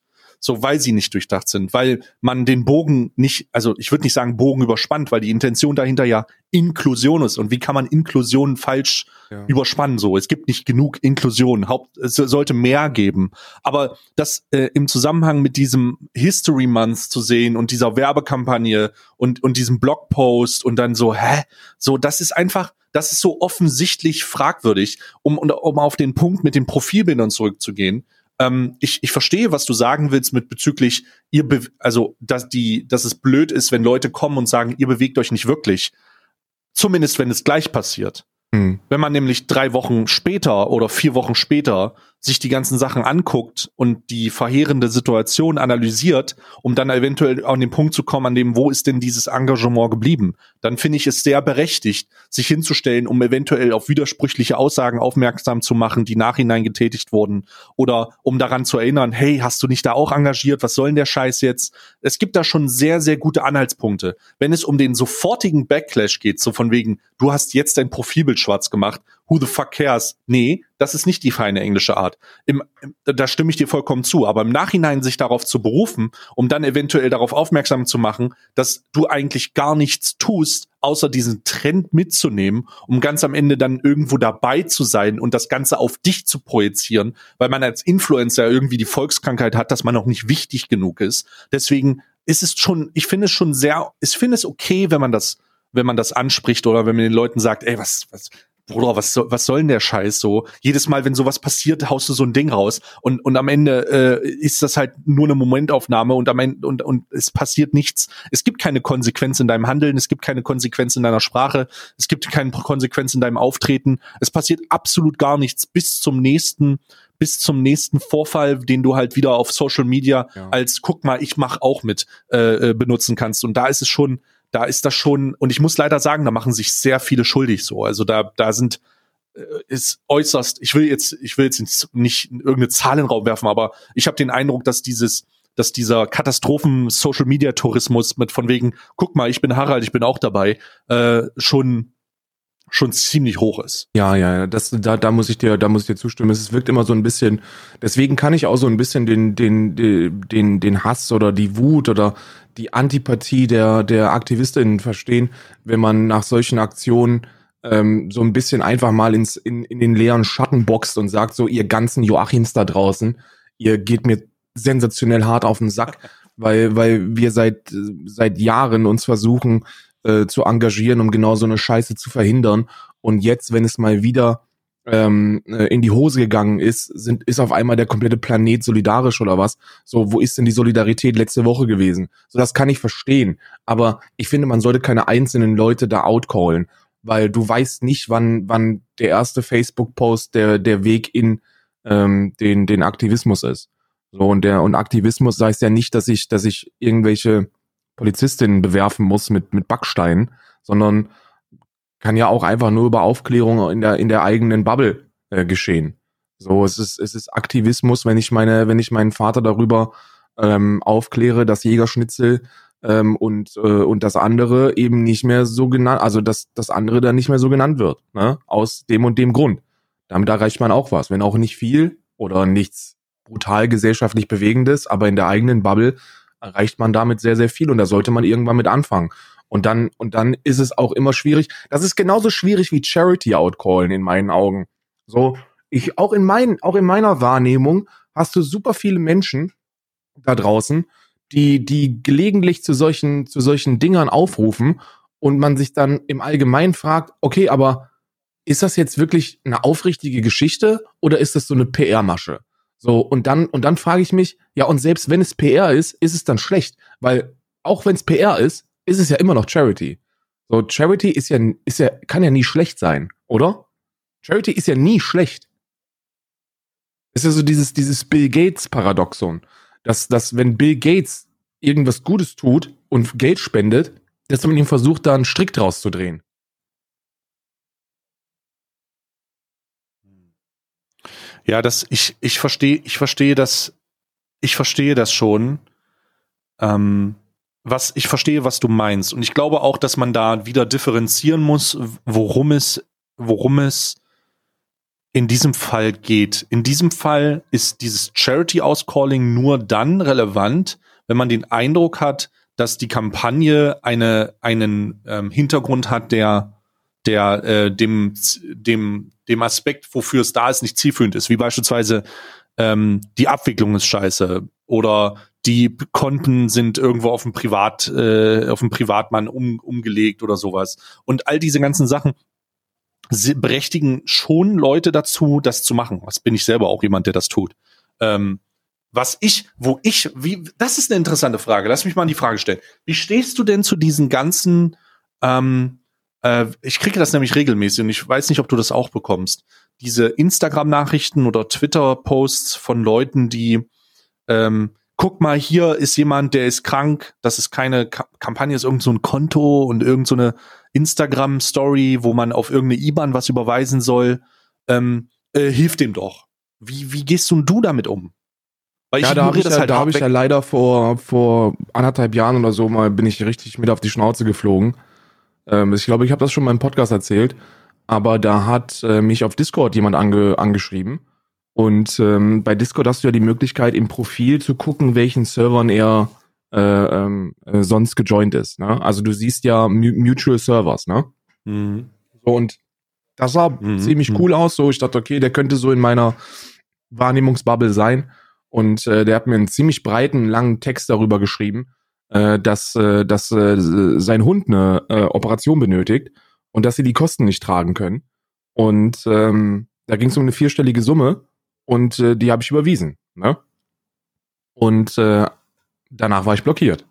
so weil sie nicht durchdacht sind, weil man den Bogen nicht, also ich würde nicht sagen Bogen überspannt, weil die Intention dahinter ja Inklusion ist. Und wie kann man Inklusion falsch ja. überspannen? So, es gibt nicht genug Inklusion, Haupt, es sollte mehr geben. Aber das äh, im Zusammenhang mit diesem History Month zu sehen und dieser Werbekampagne und und diesem Blogpost und dann so, hä, so, das ist einfach, das ist so offensichtlich fragwürdig, um um auf den Punkt mit den Profilbildern zurückzugehen. Ähm, ich, ich verstehe, was du sagen willst mit bezüglich ihr, be- also dass die, dass es blöd ist, wenn Leute kommen und sagen, ihr bewegt euch nicht wirklich. Zumindest wenn es gleich passiert. Hm. Wenn man nämlich drei Wochen später oder vier Wochen später sich die ganzen Sachen anguckt und die verheerende Situation analysiert, um dann eventuell an den Punkt zu kommen, an dem, wo ist denn dieses Engagement geblieben, dann finde ich es sehr berechtigt, sich hinzustellen, um eventuell auf widersprüchliche Aussagen aufmerksam zu machen, die nachhinein getätigt wurden, oder um daran zu erinnern, hey, hast du nicht da auch engagiert, was soll denn der Scheiß jetzt? Es gibt da schon sehr, sehr gute Anhaltspunkte. Wenn es um den sofortigen Backlash geht, so von wegen, du hast jetzt dein Profilbild schwarz gemacht, who the fuck cares? Nee, das ist nicht die feine englische Art. Im, da stimme ich dir vollkommen zu. Aber im Nachhinein sich darauf zu berufen, um dann eventuell darauf aufmerksam zu machen, dass du eigentlich gar nichts tust, außer diesen Trend mitzunehmen, um ganz am Ende dann irgendwo dabei zu sein und das Ganze auf dich zu projizieren, weil man als Influencer irgendwie die Volkskrankheit hat, dass man noch nicht wichtig genug ist. Deswegen ist es schon, ich finde es schon sehr, ich finde es okay, wenn man das, wenn man das anspricht oder wenn man den Leuten sagt, ey, was, was, Bruder, was soll, was soll denn der Scheiß so? Jedes Mal, wenn sowas passiert, haust du so ein Ding raus und und am Ende äh, ist das halt nur eine Momentaufnahme und am Ende und und es passiert nichts. Es gibt keine Konsequenz in deinem Handeln, es gibt keine Konsequenz in deiner Sprache, es gibt keine Konsequenz in deinem Auftreten. Es passiert absolut gar nichts bis zum nächsten bis zum nächsten Vorfall, den du halt wieder auf Social Media ja. als guck mal, ich mach auch mit äh, benutzen kannst. Und da ist es schon Da ist das schon, und ich muss leider sagen, da machen sich sehr viele schuldig so. Also da, da sind, äh, ist äußerst, ich will jetzt, ich will jetzt nicht irgendeine Zahl in den Raum werfen, aber ich habe den Eindruck, dass dieses, dass dieser Katastrophen-Social-Media-Tourismus mit von wegen, guck mal, ich bin Harald, ich bin auch dabei, äh, schon, schon ziemlich hoch ist. Ja, ja, ja, das, da, da muss ich dir, da muss ich dir zustimmen. Es wirkt immer so ein bisschen, deswegen kann ich auch so ein bisschen den, den, den, den Hass oder die Wut oder die Antipathie der, der AktivistInnen verstehen, wenn man nach solchen Aktionen ähm, so ein bisschen einfach mal ins, in, in den leeren Schatten boxt und sagt so, ihr ganzen Joachims da draußen, ihr geht mir sensationell hart auf den Sack, weil, weil wir seit, seit Jahren uns versuchen, zu engagieren, um genau so eine Scheiße zu verhindern. Und jetzt, wenn es mal wieder ähm, in die Hose gegangen ist, sind ist auf einmal der komplette Planet solidarisch oder was? So, wo ist denn die Solidarität letzte Woche gewesen? So, das kann ich verstehen. Aber ich finde, man sollte keine einzelnen Leute da outcallen, weil du weißt nicht, wann wann der erste Facebook-Post der der Weg in ähm, den den Aktivismus ist. So, und der und Aktivismus heißt ja nicht, dass ich dass ich irgendwelche Polizistinnen bewerfen muss mit mit Backsteinen, sondern kann ja auch einfach nur über Aufklärung in der in der eigenen Bubble äh, geschehen. So, es ist es ist Aktivismus, wenn ich meine wenn ich meinen Vater darüber ähm, aufkläre, dass Jägerschnitzel ähm, und äh, und das andere eben nicht mehr so genannt, also dass das andere dann nicht mehr so genannt wird, ne? Aus dem und dem Grund. Damit erreicht man auch was, wenn auch nicht viel oder nichts brutal gesellschaftlich Bewegendes, aber in der eigenen Bubble erreicht man damit sehr, sehr viel und da sollte man irgendwann mit anfangen. Und dann, und dann ist es auch immer schwierig. Das ist genauso schwierig wie Charity outcallen in meinen Augen. So, ich, auch in meinen, auch in meiner Wahrnehmung hast du super viele Menschen da draußen, die, die gelegentlich zu solchen, zu solchen Dingern aufrufen und man sich dann im Allgemeinen fragt, okay, aber ist das jetzt wirklich eine aufrichtige Geschichte oder ist das so eine P R-Masche? So, und dann, und dann frage ich mich, ja, und selbst wenn es P R ist, ist es dann schlecht, weil auch wenn es P R ist, ist es ja immer noch Charity. So, Charity ist ja, ist ja, kann ja nie schlecht sein, oder? Charity ist ja nie schlecht. Es ist ja so dieses, dieses Bill Gates-Paradoxon, dass, dass wenn Bill Gates irgendwas Gutes tut und Geld spendet, dass man ihm versucht, da einen Strick draus zu drehen. Ja, das, ich, ich verstehe, ich verstehe das, ich verstehe das schon. Ähm, was, ich verstehe, was du meinst. Und ich glaube auch, dass man da wieder differenzieren muss, worum es, worum es in diesem Fall geht. In diesem Fall ist dieses Charity-Auscalling nur dann relevant, wenn man den Eindruck hat, dass die Kampagne eine einen ähm, Hintergrund hat, der der äh, dem dem dem Aspekt, wofür es da ist, nicht zielführend ist, wie beispielsweise ähm, die Abwicklung ist scheiße oder die Konten sind irgendwo auf dem Privat äh, auf dem Privatmann um, umgelegt oder sowas. Und all diese ganzen Sachen sie berechtigen schon Leute dazu, das zu machen. Was bin ich selber auch jemand, der das tut. Ähm, was ich, wo ich, wie, das ist eine interessante Frage. Lass mich mal an die Frage stellen. Wie stehst du denn zu diesen ganzen, ähm, äh, ich kriege das nämlich regelmäßig und ich weiß nicht, ob du das auch bekommst. Diese Instagram-Nachrichten oder Twitter-Posts von Leuten, die, ähm, guck mal, hier ist jemand, der ist krank, das ist keine Ka- Kampagne, ist irgend so ein Konto und irgend so eine Instagram-Story, wo man auf irgendeine I B A N was überweisen soll, ähm, äh, hilft dem doch. Wie, wie gehst du, du damit um? Weil ja, ich da habe ich, das ja, halt da hab ich ja leider vor, vor anderthalb Jahren oder so mal bin ich richtig mit auf die Schnauze geflogen. Ähm, ich glaube, ich habe das schon mal im Podcast erzählt, aber da hat äh, mich auf Discord jemand ange, angeschrieben. Und ähm, bei Discord hast du ja die Möglichkeit, im Profil zu gucken, welchen Servern er äh, ähm, äh, sonst gejoint ist. Ne? Also du siehst ja mu- Mutual Servers, ne? Mhm. So, und das sah Mhm. ziemlich cool aus. So, ich dachte, okay, der könnte so in meiner Wahrnehmungsbubble sein. Und äh, der hat mir einen ziemlich breiten, langen Text darüber geschrieben, äh, dass, äh, dass äh, sein Hund eine äh, Operation benötigt und dass sie die Kosten nicht tragen können. Und ähm, da ging es um eine vierstellige Summe. Und äh, die habe ich überwiesen. Ne? Und äh, danach war ich blockiert.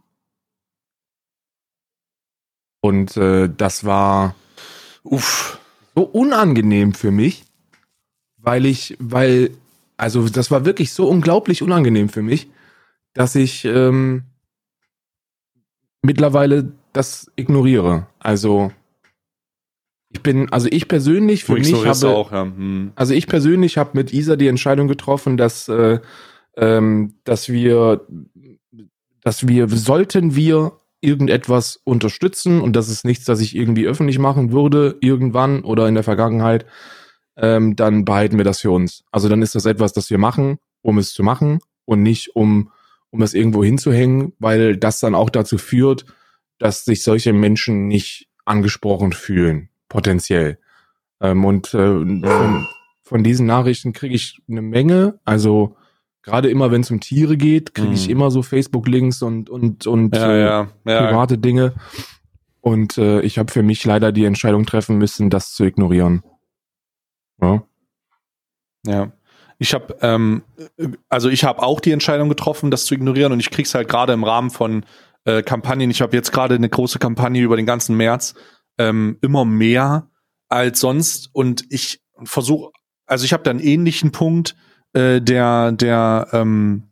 Und äh, das war Uff. so unangenehm für mich, weil ich, weil, also das war wirklich so unglaublich unangenehm für mich, dass ich ähm, mittlerweile das ignoriere. Also ich bin, also ich persönlich für Du mich ignorierst habe, auch, ja. Hm. also ich persönlich habe mit Isa die Entscheidung getroffen, dass, äh, ähm, dass wir, dass wir, sollten wir irgendetwas unterstützen und das ist nichts, das ich irgendwie öffentlich machen würde, irgendwann oder in der Vergangenheit, ähm, dann behalten wir das für uns. Also dann ist das etwas, das wir machen, um es zu machen und nicht um, um es irgendwo hinzuhängen, weil das dann auch dazu führt, dass sich solche Menschen nicht angesprochen fühlen, potenziell. Ähm, und äh, von, von diesen Nachrichten kriege ich eine Menge. Also gerade immer, wenn es um Tiere geht, kriege ich Mhm. immer so Facebook-Links und und und Ja, äh, ja, ja. private Dinge. Und äh, ich habe für mich leider die Entscheidung treffen müssen, das zu ignorieren. Ja. Ja. Ich habe, ähm, also ich habe auch die Entscheidung getroffen, das zu ignorieren und ich krieg's halt gerade im Rahmen von äh, Kampagnen. Ich habe jetzt gerade eine große Kampagne über den ganzen März, ähm, immer mehr als sonst und ich versuche, also ich habe da einen ähnlichen Punkt, äh, der, der, ähm,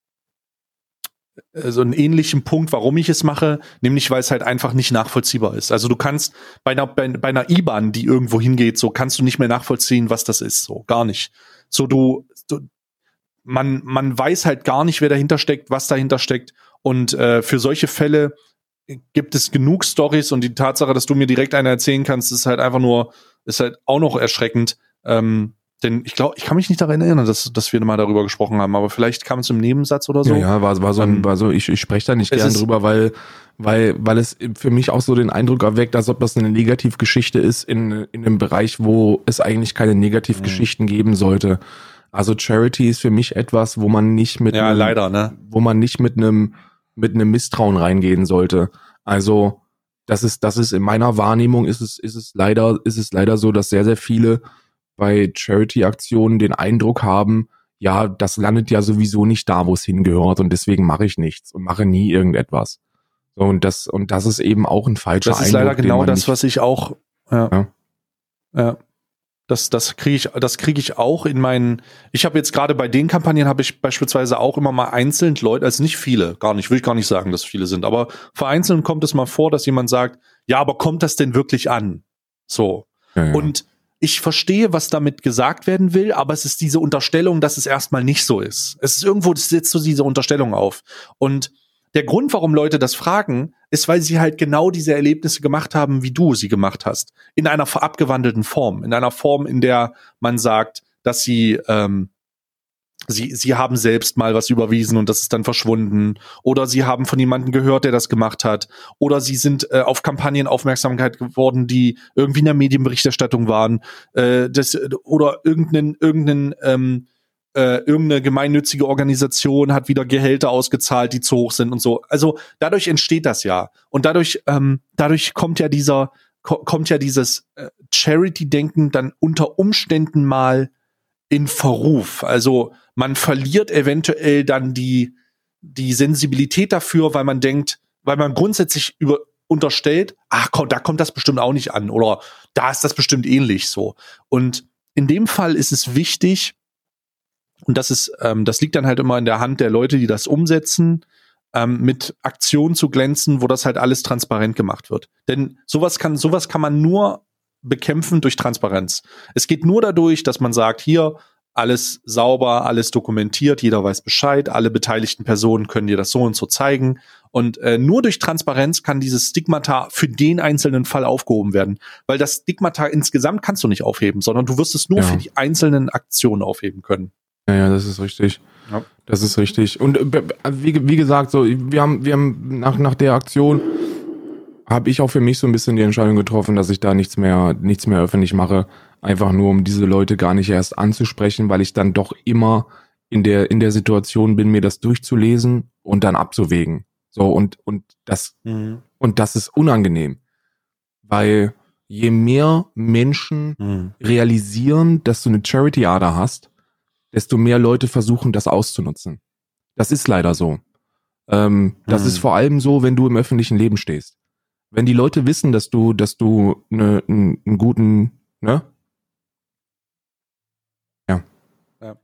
so einen ähnlichen Punkt, warum ich es mache, nämlich weil es halt einfach nicht nachvollziehbar ist. Also du kannst bei einer, bei, bei einer I B A N, die irgendwo hingeht, so kannst du nicht mehr nachvollziehen, was das ist, so gar nicht. So du, du man man weiß halt gar nicht, wer dahinter steckt, was dahinter steckt und äh, für solche Fälle gibt es genug Storys und die Tatsache, dass du mir direkt eine erzählen kannst, ist halt einfach nur, ist halt auch noch erschreckend. Ähm, denn ich glaube, ich kann mich nicht daran erinnern, dass, dass wir mal darüber gesprochen haben, aber vielleicht kam es im Nebensatz oder so. Ja, ja, war, war so, ein, Ähm, war so ich, ich spreche da nicht es gern ist- drüber, weil, weil, weil es für mich auch so den Eindruck erweckt, als ob das eine Negativgeschichte ist in, in einem Bereich, wo es eigentlich keine Negativgeschichten geben sollte. Also Charity ist für mich etwas, wo man nicht mit Ja, einem, leider, ne? wo man nicht mit einem, mit einem Misstrauen reingehen sollte. Also, das ist, das ist in meiner Wahrnehmung ist es, ist es leider, ist es leider so, dass sehr, sehr viele bei Charity-Aktionen den Eindruck haben, ja, das landet ja sowieso nicht da, wo es hingehört und deswegen mache ich nichts und mache nie irgendetwas. So, und das, und das ist eben auch ein falscher Das ist Eindruck, leider den genau man das, nicht, was ich auch, ja. Ja. Ja. Das, das kriege ich, das kriege ich auch in meinen, ich habe jetzt gerade bei den Kampagnen habe ich beispielsweise auch immer mal einzeln Leute, also nicht viele, gar nicht, will ich gar nicht sagen, dass viele sind, aber vereinzelt kommt es mal vor, dass jemand sagt, ja, aber kommt das denn wirklich an? So. Ja, ja. Und ich verstehe, was damit gesagt werden will, aber es ist diese Unterstellung, dass es erstmal nicht so ist. Es ist irgendwo, es setzt so diese Unterstellung auf. Und der Grund, warum Leute das fragen, ist, weil sie halt genau diese Erlebnisse gemacht haben, wie du sie gemacht hast. In einer abgewandelten Form. In einer Form, in der man sagt, dass sie ähm, Sie, sie haben selbst mal was überwiesen und das ist dann verschwunden. Oder sie haben von jemandem gehört, der das gemacht hat. Oder sie sind äh, auf Kampagnen Aufmerksamkeit geworden, die irgendwie in der Medienberichterstattung waren. Äh, das, oder irgendeinen, irgendeinen, ähm, äh, irgendeine gemeinnützige Organisation hat wieder Gehälter ausgezahlt, die zu hoch sind und so. Also dadurch entsteht das ja. Und dadurch, ähm, dadurch kommt ja dieser, ko- kommt ja dieses äh, Charity-Denken dann unter Umständen mal in Verruf. Also man verliert eventuell dann die, die Sensibilität dafür, weil man denkt, weil man grundsätzlich über, unterstellt, ach komm, da kommt das bestimmt auch nicht an oder da ist das bestimmt ähnlich so. Und in dem Fall ist es wichtig, und das ist, ähm, das liegt dann halt immer in der Hand der Leute, die das umsetzen, ähm, mit Aktionen zu glänzen, wo das halt alles transparent gemacht wird. Denn sowas kann, sowas kann man nur bekämpfen durch Transparenz. Es geht nur dadurch, dass man sagt, hier, alles sauber, alles dokumentiert, jeder weiß Bescheid, alle beteiligten Personen können dir das so und so zeigen. Und äh, nur durch Transparenz kann dieses Stigmata für den einzelnen Fall aufgehoben werden. Weil das Stigmata insgesamt kannst du nicht aufheben, sondern du wirst es nur Ja. für die einzelnen Aktionen aufheben können. Ja, ja, das ist richtig. Ja. Das ist richtig. Und äh, wie, wie gesagt, so wir haben, wir haben nach, nach der Aktion habe ich auch für mich so ein bisschen die Entscheidung getroffen, dass ich da nichts mehr, nichts mehr öffentlich mache. Einfach nur, um diese Leute gar nicht erst anzusprechen, weil ich dann doch immer in der, in der Situation bin, mir das durchzulesen und dann abzuwägen. So, und, und das, Mhm. und das ist unangenehm. Weil je mehr Menschen Mhm. realisieren, dass du eine Charity-Ader hast, desto mehr Leute versuchen, das auszunutzen. Das ist leider so. Ähm, das Mhm. ist vor allem so, wenn du im öffentlichen Leben stehst. Wenn die Leute wissen, dass du, dass du ne, einen, einen guten, ne? Ja. Ja.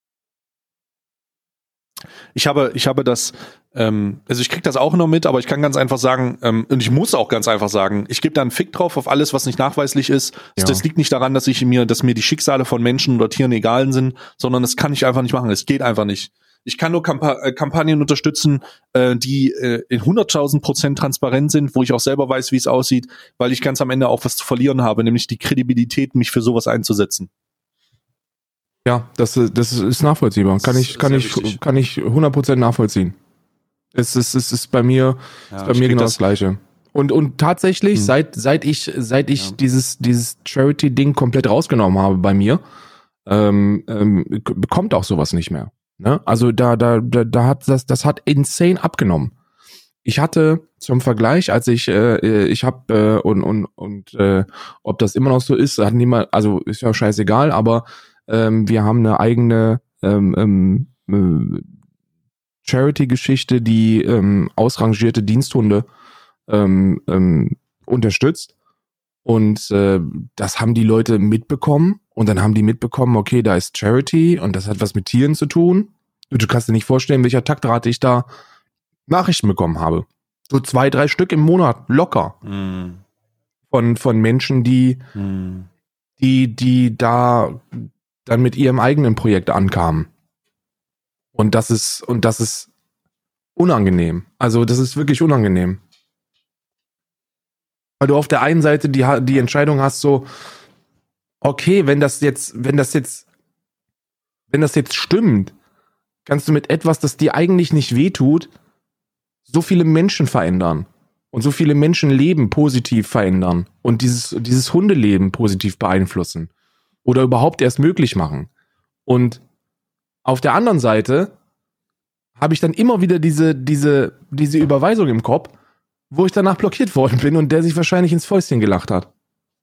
Ich habe, ich habe das, ähm, also ich krieg das auch noch mit, aber ich kann ganz einfach sagen, ähm, und ich muss auch ganz einfach sagen, ich gebe da einen Fick drauf auf alles, was nicht nachweislich ist. Ja. Das liegt nicht daran, dass ich mir, dass mir die Schicksale von Menschen oder Tieren egal sind, sondern das kann ich einfach nicht machen. Es geht einfach nicht. Ich kann nur Kampa- äh, Kampagnen unterstützen, äh, die äh, in hunderttausend Prozent transparent sind, wo ich auch selber weiß, wie es aussieht, weil ich ganz am Ende auch was zu verlieren habe, nämlich die Kredibilität, mich für sowas einzusetzen. Ja, das, das ist nachvollziehbar. Kann Das ich, ist kann sehr ich, wichtig. kann ich hundert Prozent nachvollziehen. Es ist, es ist bei mir, Ja, ist bei ich mir krieg genau das- das Gleiche. Und, und tatsächlich, Hm. seit, seit ich, seit ich Ja. dieses, dieses Charity-Ding komplett rausgenommen habe bei mir, ähm, ähm, k- bekommt auch sowas nicht mehr. Ne? Also da, da, da, da hat das, das hat insane abgenommen. Ich hatte zum Vergleich, als ich, äh, ich habe äh, und und und äh, ob das immer noch so ist, hat niemand, also ist ja scheißegal, aber ähm, wir haben eine eigene ähm, ähm, äh, Charity-Geschichte, die ähm, ausrangierte Diensthunde ähm, ähm, unterstützt. Und äh, das haben die Leute mitbekommen. Und dann haben die mitbekommen, okay, da ist Charity und das hat was mit Tieren zu tun. Du, du kannst dir nicht vorstellen, welcher Taktrate ich da Nachrichten bekommen habe. So zwei, drei Stück im Monat, locker. Hm. Von, von Menschen, die, Hm. die, die da dann mit ihrem eigenen Projekt ankamen. Und das ist, und das ist unangenehm. Also, das ist wirklich unangenehm. Weil du auf der einen Seite die, die Entscheidung hast, so, okay, wenn das jetzt, wenn das jetzt, wenn das jetzt stimmt, kannst du mit etwas, das dir eigentlich nicht wehtut, so viele Menschen verändern und so viele Menschenleben positiv verändern und dieses, dieses Hundeleben positiv beeinflussen oder überhaupt erst möglich machen. Und auf der anderen Seite habe ich dann immer wieder diese, diese, diese Überweisung im Kopf, wo ich danach blockiert worden bin und der sich wahrscheinlich ins Fäustchen gelacht hat.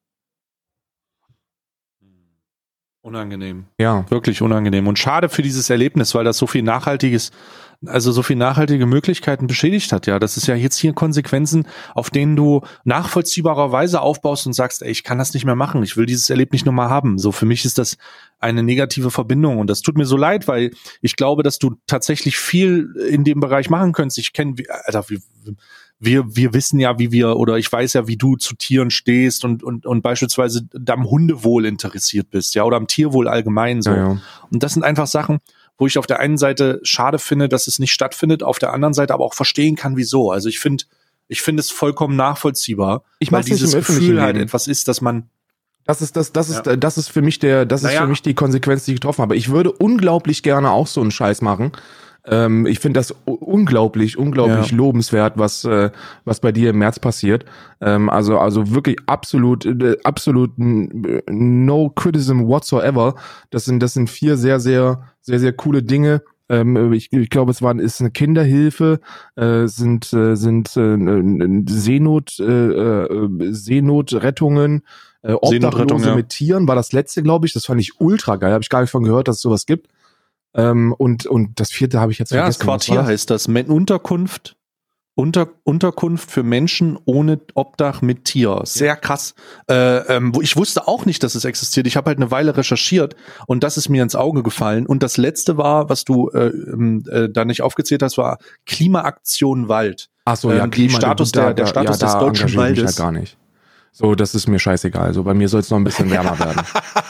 Unangenehm. Ja. Wirklich unangenehm. Und schade für dieses Erlebnis, weil das so viel nachhaltiges, also so viel nachhaltige Möglichkeiten beschädigt hat. Ja, das ist ja jetzt hier Konsequenzen, auf denen du nachvollziehbarerweise aufbaust und sagst, ey, ich kann das nicht mehr machen. Ich will dieses Erlebnis nicht nochmal haben. So, für mich ist das eine negative Verbindung und das tut mir so leid, weil ich glaube, dass du tatsächlich viel in dem Bereich machen könntest. Ich kenne, Alter, wie, wir, wir wissen ja, wie wir, oder ich weiß ja, wie du zu Tieren stehst und, und, und beispielsweise am Hundewohl interessiert bist, ja, oder am Tierwohl allgemein so. Ja, ja. Und das sind einfach Sachen, wo ich auf der einen Seite schade finde, dass es nicht stattfindet, auf der anderen Seite aber auch verstehen kann, wieso. Also ich finde, ich finde es vollkommen nachvollziehbar, Ich weil mach's nicht dieses im öffentlichen Gefühl halt Leben. etwas ist, dass man, Das ist das, das ist, Ja. das ist für mich der, das Naja. ist für mich die Konsequenz, die ich getroffen habe. Ich würde unglaublich gerne auch so einen Scheiß machen. Ähm, ich finde das u- unglaublich, unglaublich Ja. lobenswert, was, äh, was bei dir im März passiert. Ähm, also, also wirklich absolut, äh, absolut n- no criticism whatsoever. Das sind, das sind vier sehr, sehr, sehr, sehr coole Dinge. Ähm, ich, ich glaube, es war ist eine Kinderhilfe, äh, sind äh, sind äh, Seenot, äh, äh, Seenotrettungen, äh, Seenotrettung, Obdachlose ja. mit Tieren war das letzte, glaube ich. Das fand ich ultra geil. Habe ich gar nicht von gehört, dass es sowas gibt. Ähm, und und das vierte habe ich jetzt Ja, das vergessen. Was Quartier war das? heißt das. Men- Unterkunft, Unter, Unterkunft für Menschen ohne Obdach mit Tier. Sehr krass. Äh, ähm, wo ich wusste auch nicht, dass es existiert. Ich habe halt eine Weile recherchiert und das ist mir ins Auge gefallen. Und das letzte war, was du äh, ähm, äh, da nicht aufgezählt hast, war Klimaaktion Wald. Ach so, ja, ähm, die Klima, Status da, der- der da, Status ja, des da deutschen engagiere ich mich Waldes. ja gar nicht. So, das ist mir scheißegal. Also bei mir soll es noch ein bisschen wärmer werden.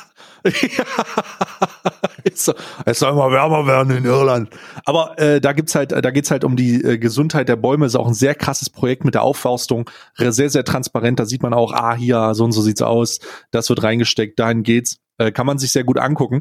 es soll- es soll mal wärmer werden in Irland. Aber äh, da gibt's halt, da geht's halt um die äh, Gesundheit der Bäume. Ist auch ein sehr krasses Projekt mit der Aufforstung. Sehr, sehr transparent. Da sieht man auch, ah, hier, so und so sieht's aus. Das wird reingesteckt, dahin geht's. Äh, kann man sich sehr gut angucken.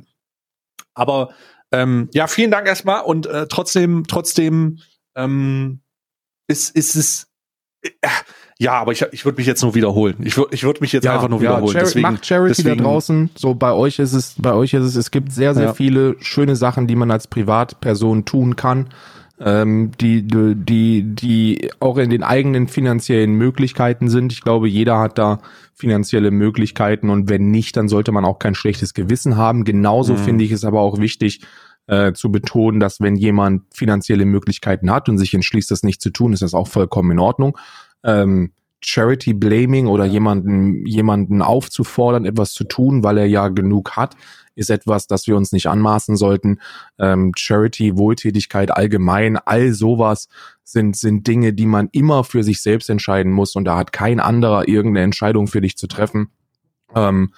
Aber ähm, ja, vielen Dank erstmal. Und äh, trotzdem, trotzdem ähm, ist, ist es äh, ja, aber ich, ich würde mich jetzt nur wiederholen. Ich würde ich würd mich jetzt einfach nur wiederholen. Chari- deswegen, macht Charity deswegen, da draußen. So bei euch ist es, bei euch ist es, es gibt sehr, sehr Ja. viele schöne Sachen, die man als Privatperson tun kann, ähm, die, die, die auch in den eigenen finanziellen Möglichkeiten sind. Ich glaube, jeder hat da finanzielle Möglichkeiten und wenn nicht, dann sollte man auch kein schlechtes Gewissen haben. Genauso Mhm. finde ich es aber auch wichtig, äh, zu betonen, dass wenn jemand finanzielle Möglichkeiten hat und sich entschließt, das nicht zu tun, ist das auch vollkommen in Ordnung. Ähm, Charity Blaming oder jemanden, jemanden aufzufordern, etwas zu tun, weil er ja genug hat, ist etwas, das wir uns nicht anmaßen sollten. Ähm, Charity, Wohltätigkeit allgemein, all sowas sind, sind Dinge, die man immer für sich selbst entscheiden muss und da hat kein anderer irgendeine Entscheidung für dich zu treffen. Ähm,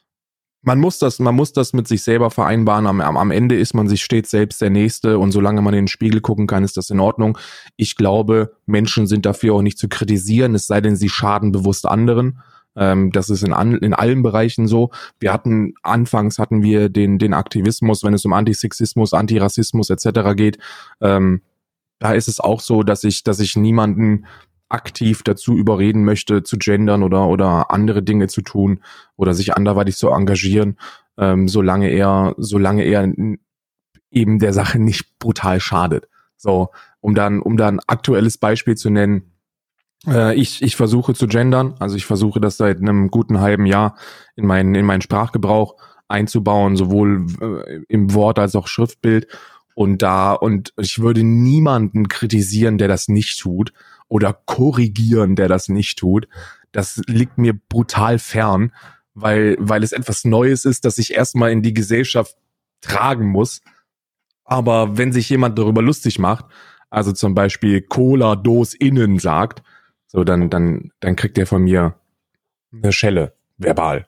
Man muss das, man muss das mit sich selber vereinbaren. Am, am Ende ist man sich stets selbst der Nächste und solange man in den Spiegel gucken kann, ist das in Ordnung. Ich glaube, Menschen sind dafür auch nicht zu kritisieren, es sei denn, sie schaden bewusst anderen. Ähm, das ist in, an, in allen Bereichen so. Wir hatten, anfangs hatten wir den, den Aktivismus, wenn es um Antisexismus, Antirassismus et cetera geht. Ähm, da ist es auch so, dass ich, dass ich niemanden aktiv dazu überreden möchte, zu gendern oder oder andere Dinge zu tun oder sich anderweitig zu engagieren, ähm, solange er solange er eben der Sache nicht brutal schadet. So, um dann um dann ein aktuelles Beispiel zu nennen, äh, ich ich versuche zu gendern, also ich versuche das seit einem guten halben Jahr in meinen in meinen Sprachgebrauch einzubauen, sowohl äh, im Wort als auch Schriftbild und da und ich würde niemanden kritisieren, der das nicht tut. Oder korrigieren, der das nicht tut. Das liegt mir brutal fern, weil, weil es etwas Neues ist, das ich erstmal in die Gesellschaft tragen muss. Aber wenn sich jemand darüber lustig macht, also zum Beispiel Cola-Dos innen sagt, so dann, dann, dann kriegt er von mir eine Schelle, verbal.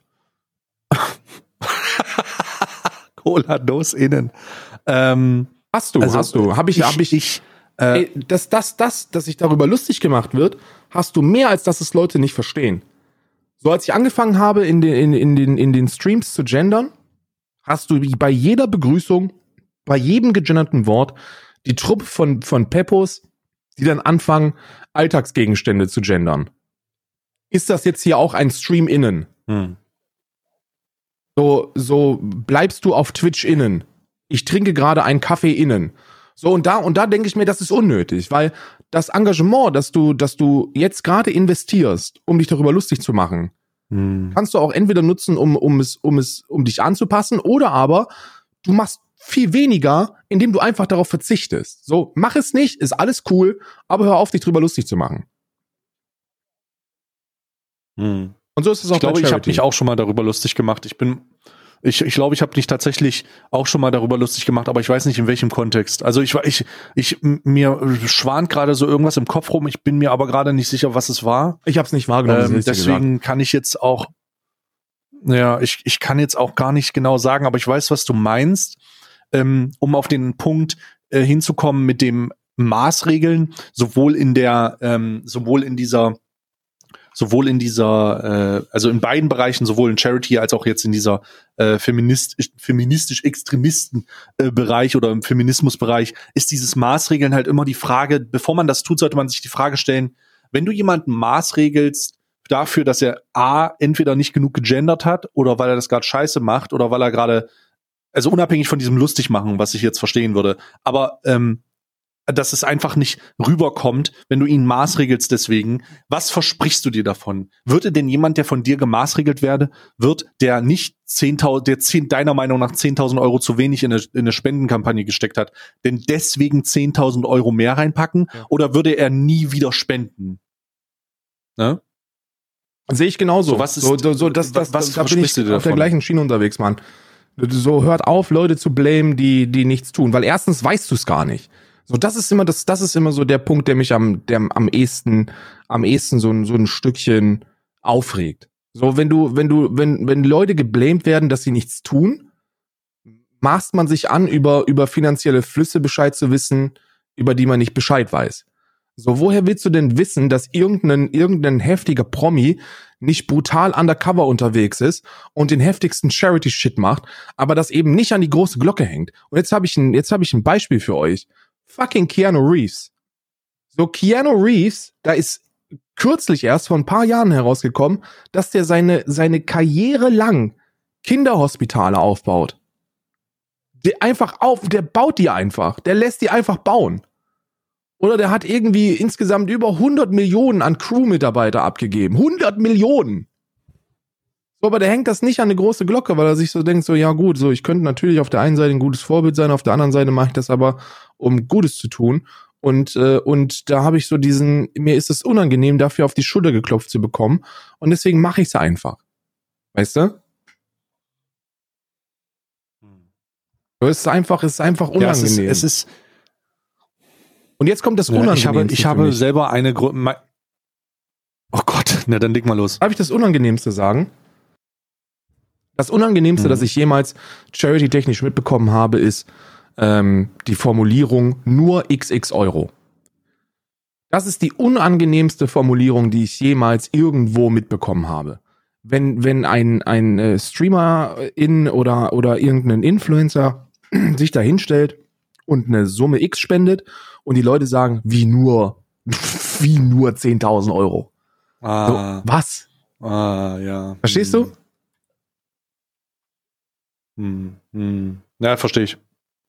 Cola-Dos innen. Ähm, Hast du, also, hast du. Hab ich, ich, hab ich, ich äh, Ey, dass das, das, dass sich darüber lustig gemacht wird, hast du mehr, als dass es Leute nicht verstehen. So als ich angefangen habe, in den, in, in den, in den Streams zu gendern, hast du bei jeder Begrüßung, bei jedem gegenderten Wort, die Truppe von, von Peppos, die dann anfangen, Alltagsgegenstände zu gendern. Ist das jetzt hier auch ein Stream innen? hm. So, so bleibst du auf Twitch innen. Ich trinke gerade einen Kaffee innen. So, und da, und da denke ich mir, das ist unnötig, weil das Engagement, das du, das du jetzt gerade investierst, um dich darüber lustig zu machen, Hm. kannst du auch entweder nutzen, um, um es, um es, um dich anzupassen, oder aber du machst viel weniger, indem du einfach darauf verzichtest. So, mach es nicht, ist alles cool, aber hör auf, dich drüber lustig zu machen. Hm. Und so ist es auch Ich glaube, bei ich habe Charity. mich auch schon mal darüber lustig gemacht. Ich bin, ich, ich glaube, ich habe mich tatsächlich auch schon mal darüber lustig gemacht, aber ich weiß nicht in welchem Kontext. Also ich war, ich, ich, mir schwant gerade so irgendwas im Kopf rum. Ich bin mir aber gerade nicht sicher, was es war. Ich habe es nicht wahrgenommen. Ähm, das hätte ich dir deswegen kann ich jetzt auch, ja, ich, ich kann jetzt auch gar nicht genau sagen, aber ich weiß, was du meinst. Ähm, um auf den Punkt äh, hinzukommen mit dem Maßregeln, sowohl in der, ähm, sowohl in dieser sowohl in dieser, äh, also in beiden Bereichen, sowohl in Charity als auch jetzt in dieser äh, feminist, feministisch-Extremisten-Bereich äh, oder im Feminismusbereich, ist dieses Maßregeln halt immer die Frage, bevor man das tut, sollte man sich die Frage stellen, wenn du jemanden maßregelst dafür, dass er A, entweder nicht genug gegendert hat oder weil er das gerade scheiße macht oder weil er gerade, also unabhängig von diesem lustig machen, was ich jetzt verstehen würde, aber ähm, dass es einfach nicht rüberkommt, wenn du ihn maßregelst deswegen. Was versprichst du dir davon? Würde denn jemand, der von dir gemaßregelt werde, wird, der nicht zehntausend, der zehn, deiner Meinung nach zehntausend Euro zu wenig in eine, in eine Spendenkampagne gesteckt hat, denn deswegen zehntausend Euro mehr reinpacken? Ja. Oder würde er nie wieder spenden? Ne? Sehe ich genauso. So, was ist, so, so, so das, das, was da bin ich du dir auf der gleichen Schiene unterwegs, Mann. So, hört auf, Leute zu blamen, die, die nichts tun. Weil erstens weißt du es gar nicht. So, das ist immer das, das ist immer so der Punkt, der mich am, der am ehesten, am ehesten so ein, so ein Stückchen aufregt. So, wenn du, wenn du, wenn, wenn Leute geblamed werden, dass sie nichts tun, maßt man sich an, über, über finanzielle Flüsse Bescheid zu wissen, über die man nicht Bescheid weiß. So, woher willst du denn wissen, dass irgendein, irgendein heftiger Promi nicht brutal undercover unterwegs ist und den heftigsten Charity-Shit macht, aber das eben nicht an die große Glocke hängt? Und jetzt habe ich ein, jetzt habe ich ein Beispiel für euch. Fucking Keanu Reeves. So, Keanu Reeves, da ist kürzlich erst vor ein paar Jahren herausgekommen, dass der seine, seine Karriere lang Kinderhospitale aufbaut. Der einfach auf, der baut die einfach. Der lässt die einfach bauen. Oder der hat irgendwie insgesamt über hundert Millionen an Crew-Mitarbeiter abgegeben. hundert Millionen! So, aber der hängt das nicht an eine große Glocke, weil er sich so denkt, so, ja gut, so, ich könnte natürlich auf der einen Seite ein gutes Vorbild sein, auf der anderen Seite mache ich das aber, um Gutes zu tun. Und, äh, und da habe ich so diesen, mir ist es unangenehm, dafür auf die Schulter geklopft zu bekommen. Und deswegen mache ich es einfach. Weißt du? Es ist einfach, es ist einfach unangenehm. Ja, es ist, es ist und jetzt kommt das Unangenehmste. Ja, ich habe, ich habe selber eine Grund. Oh Gott, na dann leg mal los. Darf ich das Unangenehmste sagen? Das Unangenehmste, hm. das ich jemals charity-technisch mitbekommen habe, ist ähm, die Formulierung nur xx Euro. Das ist die unangenehmste Formulierung, die ich jemals irgendwo mitbekommen habe. Wenn, wenn ein, ein äh, Streamer-In oder, oder irgendein Influencer sich da hinstellt und eine Summe X spendet und die Leute sagen, wie nur, wie nur zehntausend Euro. Ah. So, was? Ah, ja. Verstehst hm. du? Hm, hm. Ja, verstehe ich.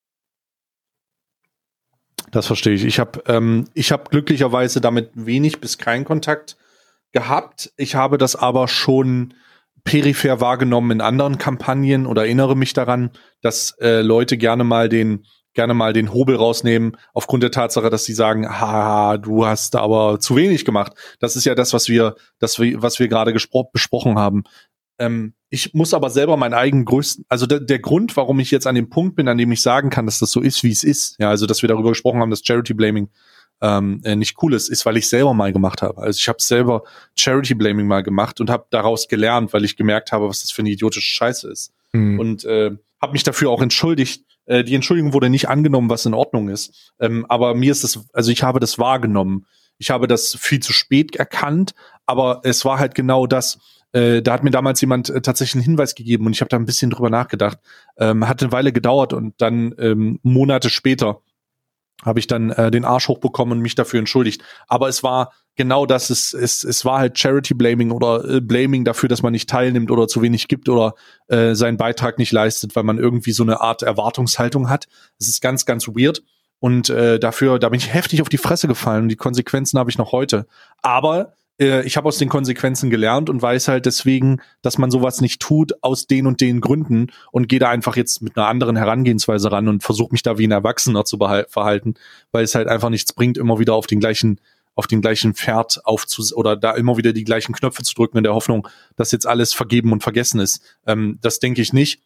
Das verstehe ich. Ich habe ähm, ich habe glücklicherweise damit wenig bis keinen Kontakt gehabt. Ich habe das aber schon peripher wahrgenommen in anderen Kampagnen oder erinnere mich daran, dass äh, Leute gerne mal den gerne mal den Hobel rausnehmen aufgrund der Tatsache, dass sie sagen, haha, du hast aber zu wenig gemacht. Das ist ja das, was wir, das wir, was wir gerade gespro- besprochen haben. Ähm, ich muss aber selber meinen eigenen größten, also der, der Grund, warum ich jetzt an dem Punkt bin, an dem ich sagen kann, dass das so ist, wie es ist, ja, also dass wir darüber gesprochen haben, dass Charity-Blaming ähm, äh, nicht cool ist, ist, weil ich selber mal gemacht habe. Also ich habe selber Charity-Blaming mal gemacht und habe daraus gelernt, weil ich gemerkt habe, was das für eine idiotische Scheiße ist. Mhm. Und äh, habe mich dafür auch entschuldigt. Äh, die Entschuldigung wurde nicht angenommen, was in Ordnung ist. Ähm, aber mir ist das, also ich habe das wahrgenommen. Ich habe das viel zu spät erkannt, aber es war halt genau das. Äh, da hat mir damals jemand äh, tatsächlich einen Hinweis gegeben und ich habe da ein bisschen drüber nachgedacht. Ähm, hat eine Weile gedauert und dann ähm, Monate später habe ich dann äh, den Arsch hochbekommen und mich dafür entschuldigt. Aber es war genau das, es, es, es war halt Charity-Blaming oder äh, Blaming dafür, dass man nicht teilnimmt oder zu wenig gibt oder äh, seinen Beitrag nicht leistet, weil man irgendwie so eine Art Erwartungshaltung hat. Es ist ganz, ganz weird. Und äh, dafür, da bin ich heftig auf die Fresse gefallen und die Konsequenzen habe ich noch heute. Aber äh, ich habe aus den Konsequenzen gelernt und weiß halt deswegen, dass man sowas nicht tut aus den und den Gründen und gehe da einfach jetzt mit einer anderen Herangehensweise ran und versuche mich da wie ein Erwachsener zu behal- verhalten, weil es halt einfach nichts bringt, immer wieder auf den gleichen auf den gleichen Pferd aufzus oder da immer wieder die gleichen Knöpfe zu drücken in der Hoffnung, dass jetzt alles vergeben und vergessen ist. Ähm, das denke ich nicht.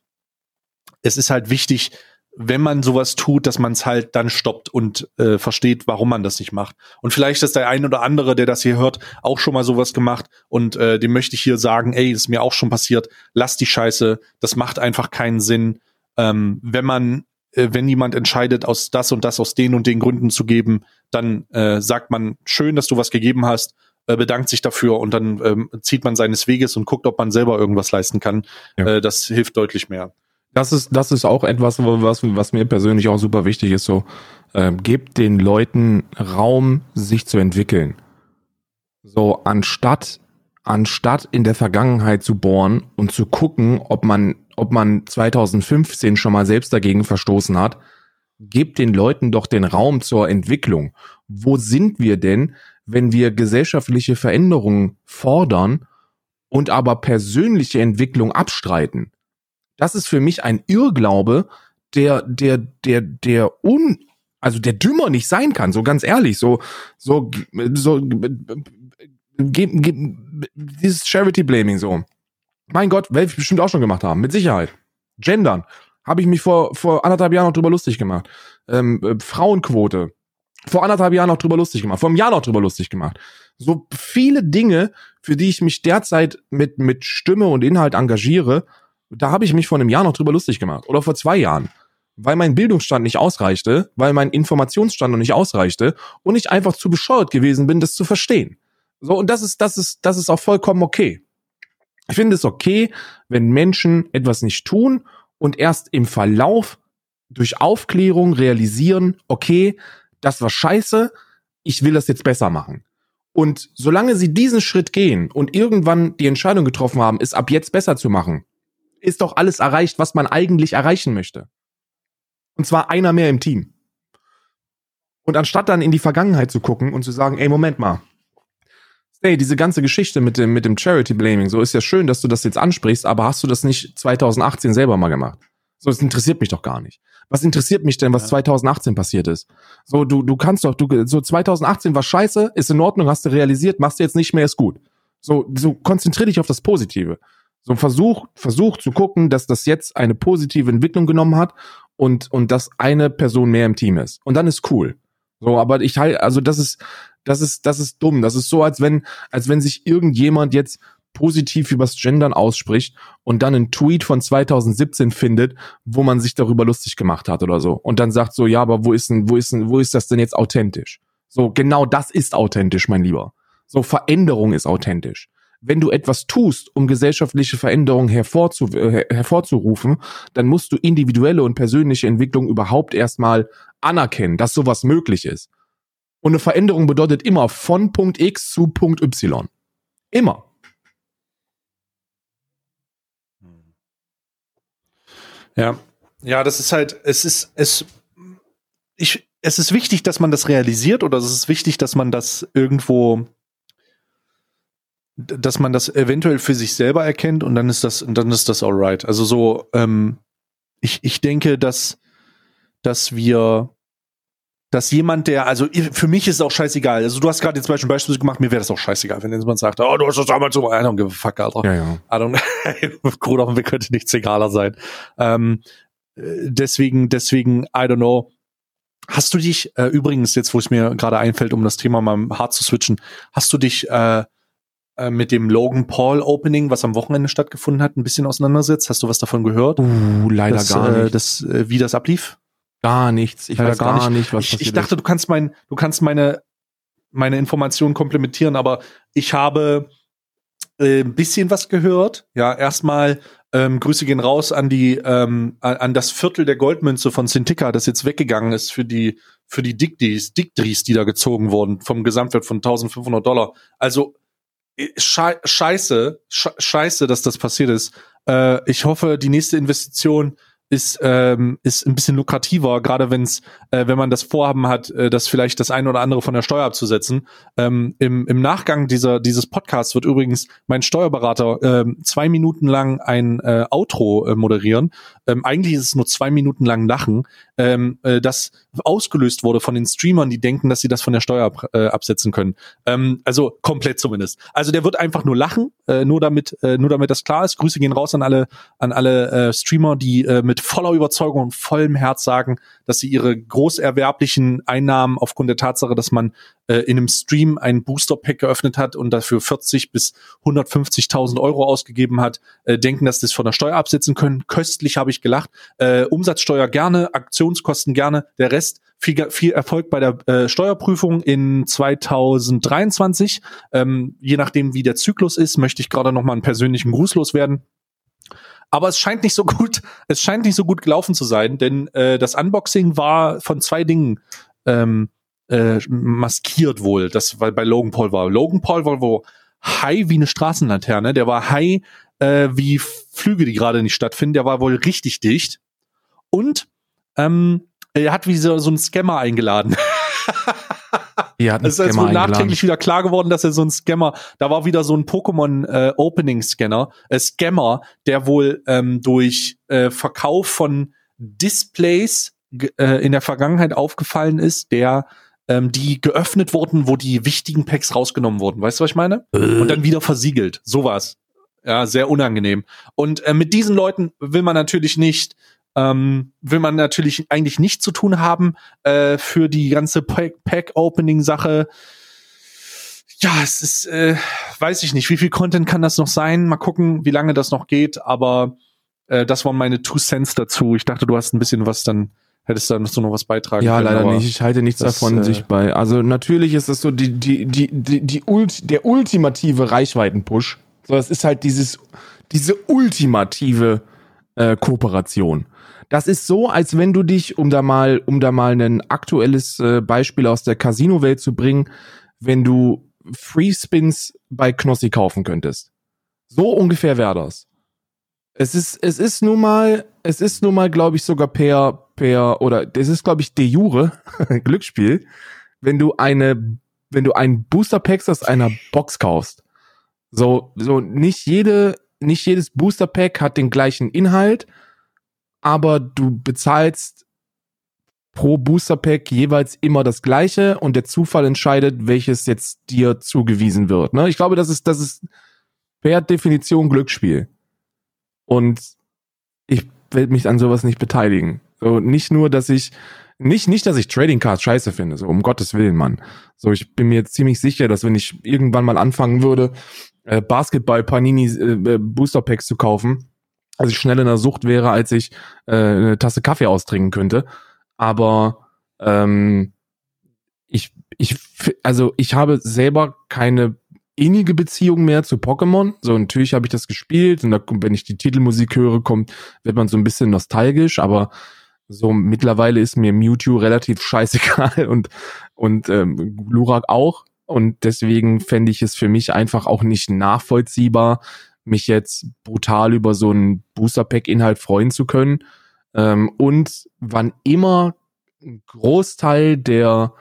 Es ist halt wichtig, wenn man sowas tut, dass man es halt dann stoppt und äh, versteht, warum man das nicht macht. Und vielleicht ist der ein oder andere, der das hier hört, auch schon mal sowas gemacht und äh, dem möchte ich hier sagen, ey, ist mir auch schon passiert, lass die Scheiße, das macht einfach keinen Sinn. Ähm, wenn man, äh, wenn jemand entscheidet, aus das und das, aus den und den Gründen zu geben, dann äh, sagt man, schön, dass du was gegeben hast, äh, bedankt sich dafür und dann ähm, zieht man seines Weges und guckt, ob man selber irgendwas leisten kann. Ja. Äh, das hilft deutlich mehr. Das ist, das ist auch etwas, was, was mir persönlich auch super wichtig ist. So, äh, gebt den Leuten Raum, sich zu entwickeln. So, anstatt, anstatt in der Vergangenheit zu bohren und zu gucken, ob man, ob man zwanzig fünfzehn schon mal selbst dagegen verstoßen hat, gebt den Leuten doch den Raum zur Entwicklung. Wo sind wir denn, wenn wir gesellschaftliche Veränderungen fordern und aber persönliche Entwicklung abstreiten? Das ist für mich ein Irrglaube, der, der, der, der un, also der dümmer nicht sein kann, so ganz ehrlich, so, so, so, ge, ge, dieses Charity-Blaming, so. Mein Gott, werde ich bestimmt auch schon gemacht haben, mit Sicherheit. Gendern. Habe ich mich vor, vor anderthalb Jahren noch drüber lustig gemacht. Ähm, äh, Frauenquote. Vor anderthalb Jahren noch drüber lustig gemacht. Vor einem Jahr noch drüber lustig gemacht. So viele Dinge, für die ich mich derzeit mit, mit Stimme und Inhalt engagiere, da habe ich mich vor einem Jahr noch drüber lustig gemacht. Oder vor zwei Jahren. Weil mein Bildungsstand nicht ausreichte, weil mein Informationsstand noch nicht ausreichte und ich einfach zu bescheuert gewesen bin, das zu verstehen. So, und das ist, das ist, das ist auch vollkommen okay. Ich finde es okay, wenn Menschen etwas nicht tun und erst im Verlauf durch Aufklärung realisieren, okay, das war scheiße, ich will das jetzt besser machen. Und solange sie diesen Schritt gehen und irgendwann die Entscheidung getroffen haben, es ab jetzt besser zu machen, ist doch alles erreicht, was man eigentlich erreichen möchte. Und zwar einer mehr im Team. Und anstatt dann in die Vergangenheit zu gucken und zu sagen, ey, Moment mal, hey, diese ganze Geschichte mit dem, mit dem Charity-Blaming, so ist ja schön, dass du das jetzt ansprichst, aber hast du das nicht zwanzig achtzehn selber mal gemacht? So, das interessiert mich doch gar nicht. Was interessiert mich denn, was ja. zwanzig achtzehn passiert ist? So, du, du kannst doch, du, so zwanzig achtzehn war scheiße, ist in Ordnung, hast du realisiert, machst du jetzt nicht mehr, ist gut. So, so konzentrier dich auf das Positive. So, versuch, versuch zu gucken, dass das jetzt eine positive Entwicklung genommen hat und, und dass eine Person mehr im Team ist. Und dann ist cool. So, aber ich halt, also das ist, das ist, das ist dumm. Das ist so, als wenn, als wenn sich irgendjemand jetzt positiv übers Gendern ausspricht und dann einen Tweet von zwanzig siebzehn findet, wo man sich darüber lustig gemacht hat oder so. Und dann sagt so, ja, aber wo ist denn, wo ist denn, wo ist das denn jetzt authentisch? So, genau das ist authentisch, mein Lieber. So, Veränderung ist authentisch. Wenn du etwas tust, um gesellschaftliche Veränderungen hervorzu, äh, hervorzurufen, dann musst du individuelle und persönliche Entwicklung überhaupt erstmal anerkennen, dass sowas möglich ist. Und eine Veränderung bedeutet immer von Punkt X zu Punkt Y. Immer. Ja, ja, das ist halt, es ist, es, ich, es ist wichtig, dass man das realisiert oder es ist wichtig, dass man das irgendwo, dass man das eventuell für sich selber erkennt und dann ist das, und dann ist das alright. Also so, ähm, ich, ich denke, dass, dass wir, dass jemand, der, also für mich ist es auch scheißegal. Also du hast gerade jetzt zum Beispiel ein Beispiel gemacht, mir wäre das auch scheißegal, wenn jemand sagt, oh, du hast das damals so, I don't give a fuck, Alter. Ja, ja. I don't, Grund auf mir könnte nichts egaler sein. Ähm, deswegen, deswegen, I don't know. Hast du dich, äh, übrigens, jetzt wo es mir gerade einfällt, um das Thema mal hart zu switchen, hast du dich äh, äh, mit dem Logan Paul Opening, was am Wochenende stattgefunden hat, ein bisschen auseinandersetzt? Hast du was davon gehört? Uh, leider das, gar nicht. Äh, das, äh, wie das ablief? Gar nichts. Ich Leider weiß gar, gar nicht, nicht was ich, passiert ich dachte, ist. du kannst mein, du kannst meine, meine Informationen komplementieren, aber ich habe äh, ein bisschen was gehört. Ja, erstmal ähm, Grüße gehen raus an die, ähm, an, an das Viertel der Goldmünze von Cintiqa, das jetzt weggegangen ist für die, für die Dickdries, Dickdries, die da gezogen wurden, vom Gesamtwert von eintausendfünfhundert Dollar. Also sche- scheiße, sche- scheiße, dass das passiert ist. Äh, ich hoffe, die nächste Investition ist ähm, ist ein bisschen lukrativer, gerade wenn's äh, wenn man das Vorhaben hat, äh, das vielleicht das eine oder andere von der Steuer abzusetzen. Ähm, im im Nachgang dieser dieses Podcasts wird übrigens mein Steuerberater ähm, zwei Minuten lang ein äh, Outro äh, moderieren. Ähm, eigentlich ist es nur zwei Minuten lang Lachen, ähm, äh, das ausgelöst wurde von den Streamern, die denken, dass sie das von der Steuer ab, äh, absetzen können. Ähm, also komplett zumindest. Also der wird einfach nur lachen, äh, nur damit äh, nur damit das klar ist. Grüße gehen raus an alle an alle äh, Streamer, die äh, mit voller Überzeugung und vollem Herz sagen, dass sie ihre großerwerblichen Einnahmen aufgrund der Tatsache, dass man äh, in einem Stream ein Booster-Pack geöffnet hat und dafür vierzig bis hundertfünfzigtausend Euro ausgegeben hat, äh, denken, dass sie das von der Steuer absetzen können. Köstlich habe ich gelacht. Äh, Umsatzsteuer gerne, Aktionskosten gerne, der Rest viel, viel Erfolg bei der äh, Steuerprüfung in zwanzig dreiundzwanzig. Ähm, je nachdem, wie der Zyklus ist, möchte ich gerade noch mal einen persönlichen Gruß loswerden. Aber es scheint nicht so gut, es scheint nicht so gut gelaufen zu sein, denn äh, das Unboxing war von zwei Dingen ähm, äh, maskiert wohl. Das weil bei Logan Paul war. Logan Paul war wohl high wie eine Straßenlaterne. Der war high äh, wie Flüge, die gerade nicht stattfinden. Der war wohl richtig dicht. Und ähm, er hat wie so, so einen Scammer eingeladen. Er hat einen es ist also Scammer eingeladen. nachträglich wieder klar geworden, dass er so ein Scammer, da war wieder so ein Pokémon äh, Opening Scanner, äh, Scammer, der wohl ähm, durch äh, Verkauf von Displays g- äh, in der Vergangenheit aufgefallen ist, der ähm, die geöffnet wurden, wo die wichtigen Packs rausgenommen wurden. Weißt du, was ich meine? Äh. Und dann wieder versiegelt. Sowas. Ja, sehr unangenehm. Und äh, mit diesen Leuten will man natürlich nicht Ähm, will man natürlich eigentlich nicht zu tun haben äh, für die ganze Pack-Opening-Sache. Ja, es ist, äh, weiß ich nicht, wie viel Content kann das noch sein? Mal gucken, wie lange das noch geht, aber äh, das waren meine Two Cents dazu. Ich dachte, du hast ein bisschen was, dann hättest du da noch so noch was beitragen ja, können. Ja, leider aber nicht. Ich halte nichts das, davon, äh, sich bei, also natürlich ist das so die, die, die, die, die Ult, der ultimative Reichweiten-Push. So, es ist halt dieses, diese ultimative äh, Kooperation. Das ist so, als wenn du dich, um da mal, um da mal ein aktuelles äh, Beispiel aus der Casino-Welt zu bringen, wenn du Free Spins bei Knossi kaufen könntest. So ungefähr wäre das. Es ist, es ist nun mal, es ist nun mal, glaube ich, sogar per, per, oder das ist, glaube ich, de jure Glücksspiel, wenn du eine, wenn du einen Booster-Pack aus einer Box kaufst. So, so nicht jede, nicht jedes Booster-Pack hat den gleichen Inhalt, aber du bezahlst pro Booster-Pack jeweils immer das Gleiche und der Zufall entscheidet, welches jetzt dir zugewiesen wird. Ne? Ich glaube, das ist, das ist per Definition Glücksspiel. Und ich will mich an sowas nicht beteiligen. So, nicht nur, dass ich, nicht, nicht, dass ich Trading Cards scheiße finde, so um Gottes Willen, Mann. So, ich bin mir jetzt ziemlich sicher, dass wenn ich irgendwann mal anfangen würde, äh, Basketball Panini äh, Booster Packs zu kaufen, also ich schnell in der Sucht wäre, als ich äh, eine Tasse Kaffee austrinken könnte. Aber ähm, ich, ich, also ich habe selber keine innige Beziehung mehr zu Pokémon. So, natürlich habe ich das gespielt und da, wenn ich die Titelmusik höre, kommt, wird man so ein bisschen nostalgisch, aber so mittlerweile ist mir Mewtwo relativ scheißegal und, und ähm, Glurak auch. Und deswegen fände ich es für mich einfach auch nicht nachvollziehbar, mich jetzt brutal über so einen Booster-Pack-Inhalt freuen zu können. Ähm, und wann immer ein Großteil der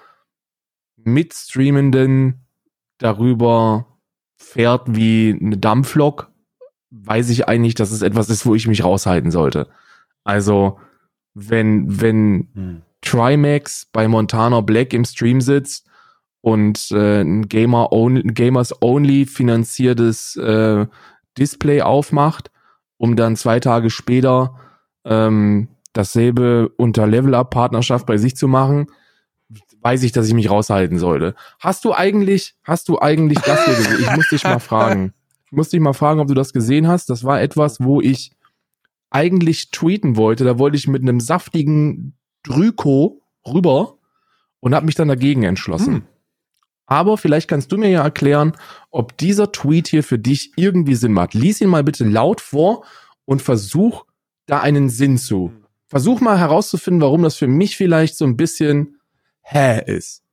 Mitstreamenden darüber fährt wie eine Dampflok, weiß ich eigentlich, dass es etwas ist, wo ich mich raushalten sollte. Also, wenn, wenn hm. Trimax bei Montana Black im Stream sitzt und äh, ein Gamer only, Gamers Only finanziertes äh, Display aufmacht, um dann zwei Tage später ähm, dasselbe unter Level-Up-Partnerschaft bei sich zu machen, weiß ich, dass ich mich raushalten sollte. Hast du eigentlich, hast du eigentlich das hier gesehen? Ich muss dich mal fragen. Ich muss dich mal fragen, ob du das gesehen hast. Das war etwas, wo ich eigentlich tweeten wollte. Da wollte ich mit einem saftigen Drüko rüber und habe mich dann dagegen entschlossen. Hm. Aber vielleicht kannst du mir ja erklären, ob dieser Tweet hier für dich irgendwie Sinn macht. Lies ihn mal bitte laut vor und versuch da einen Sinn zu. Versuch mal herauszufinden, warum das für mich vielleicht so ein bisschen hä ist.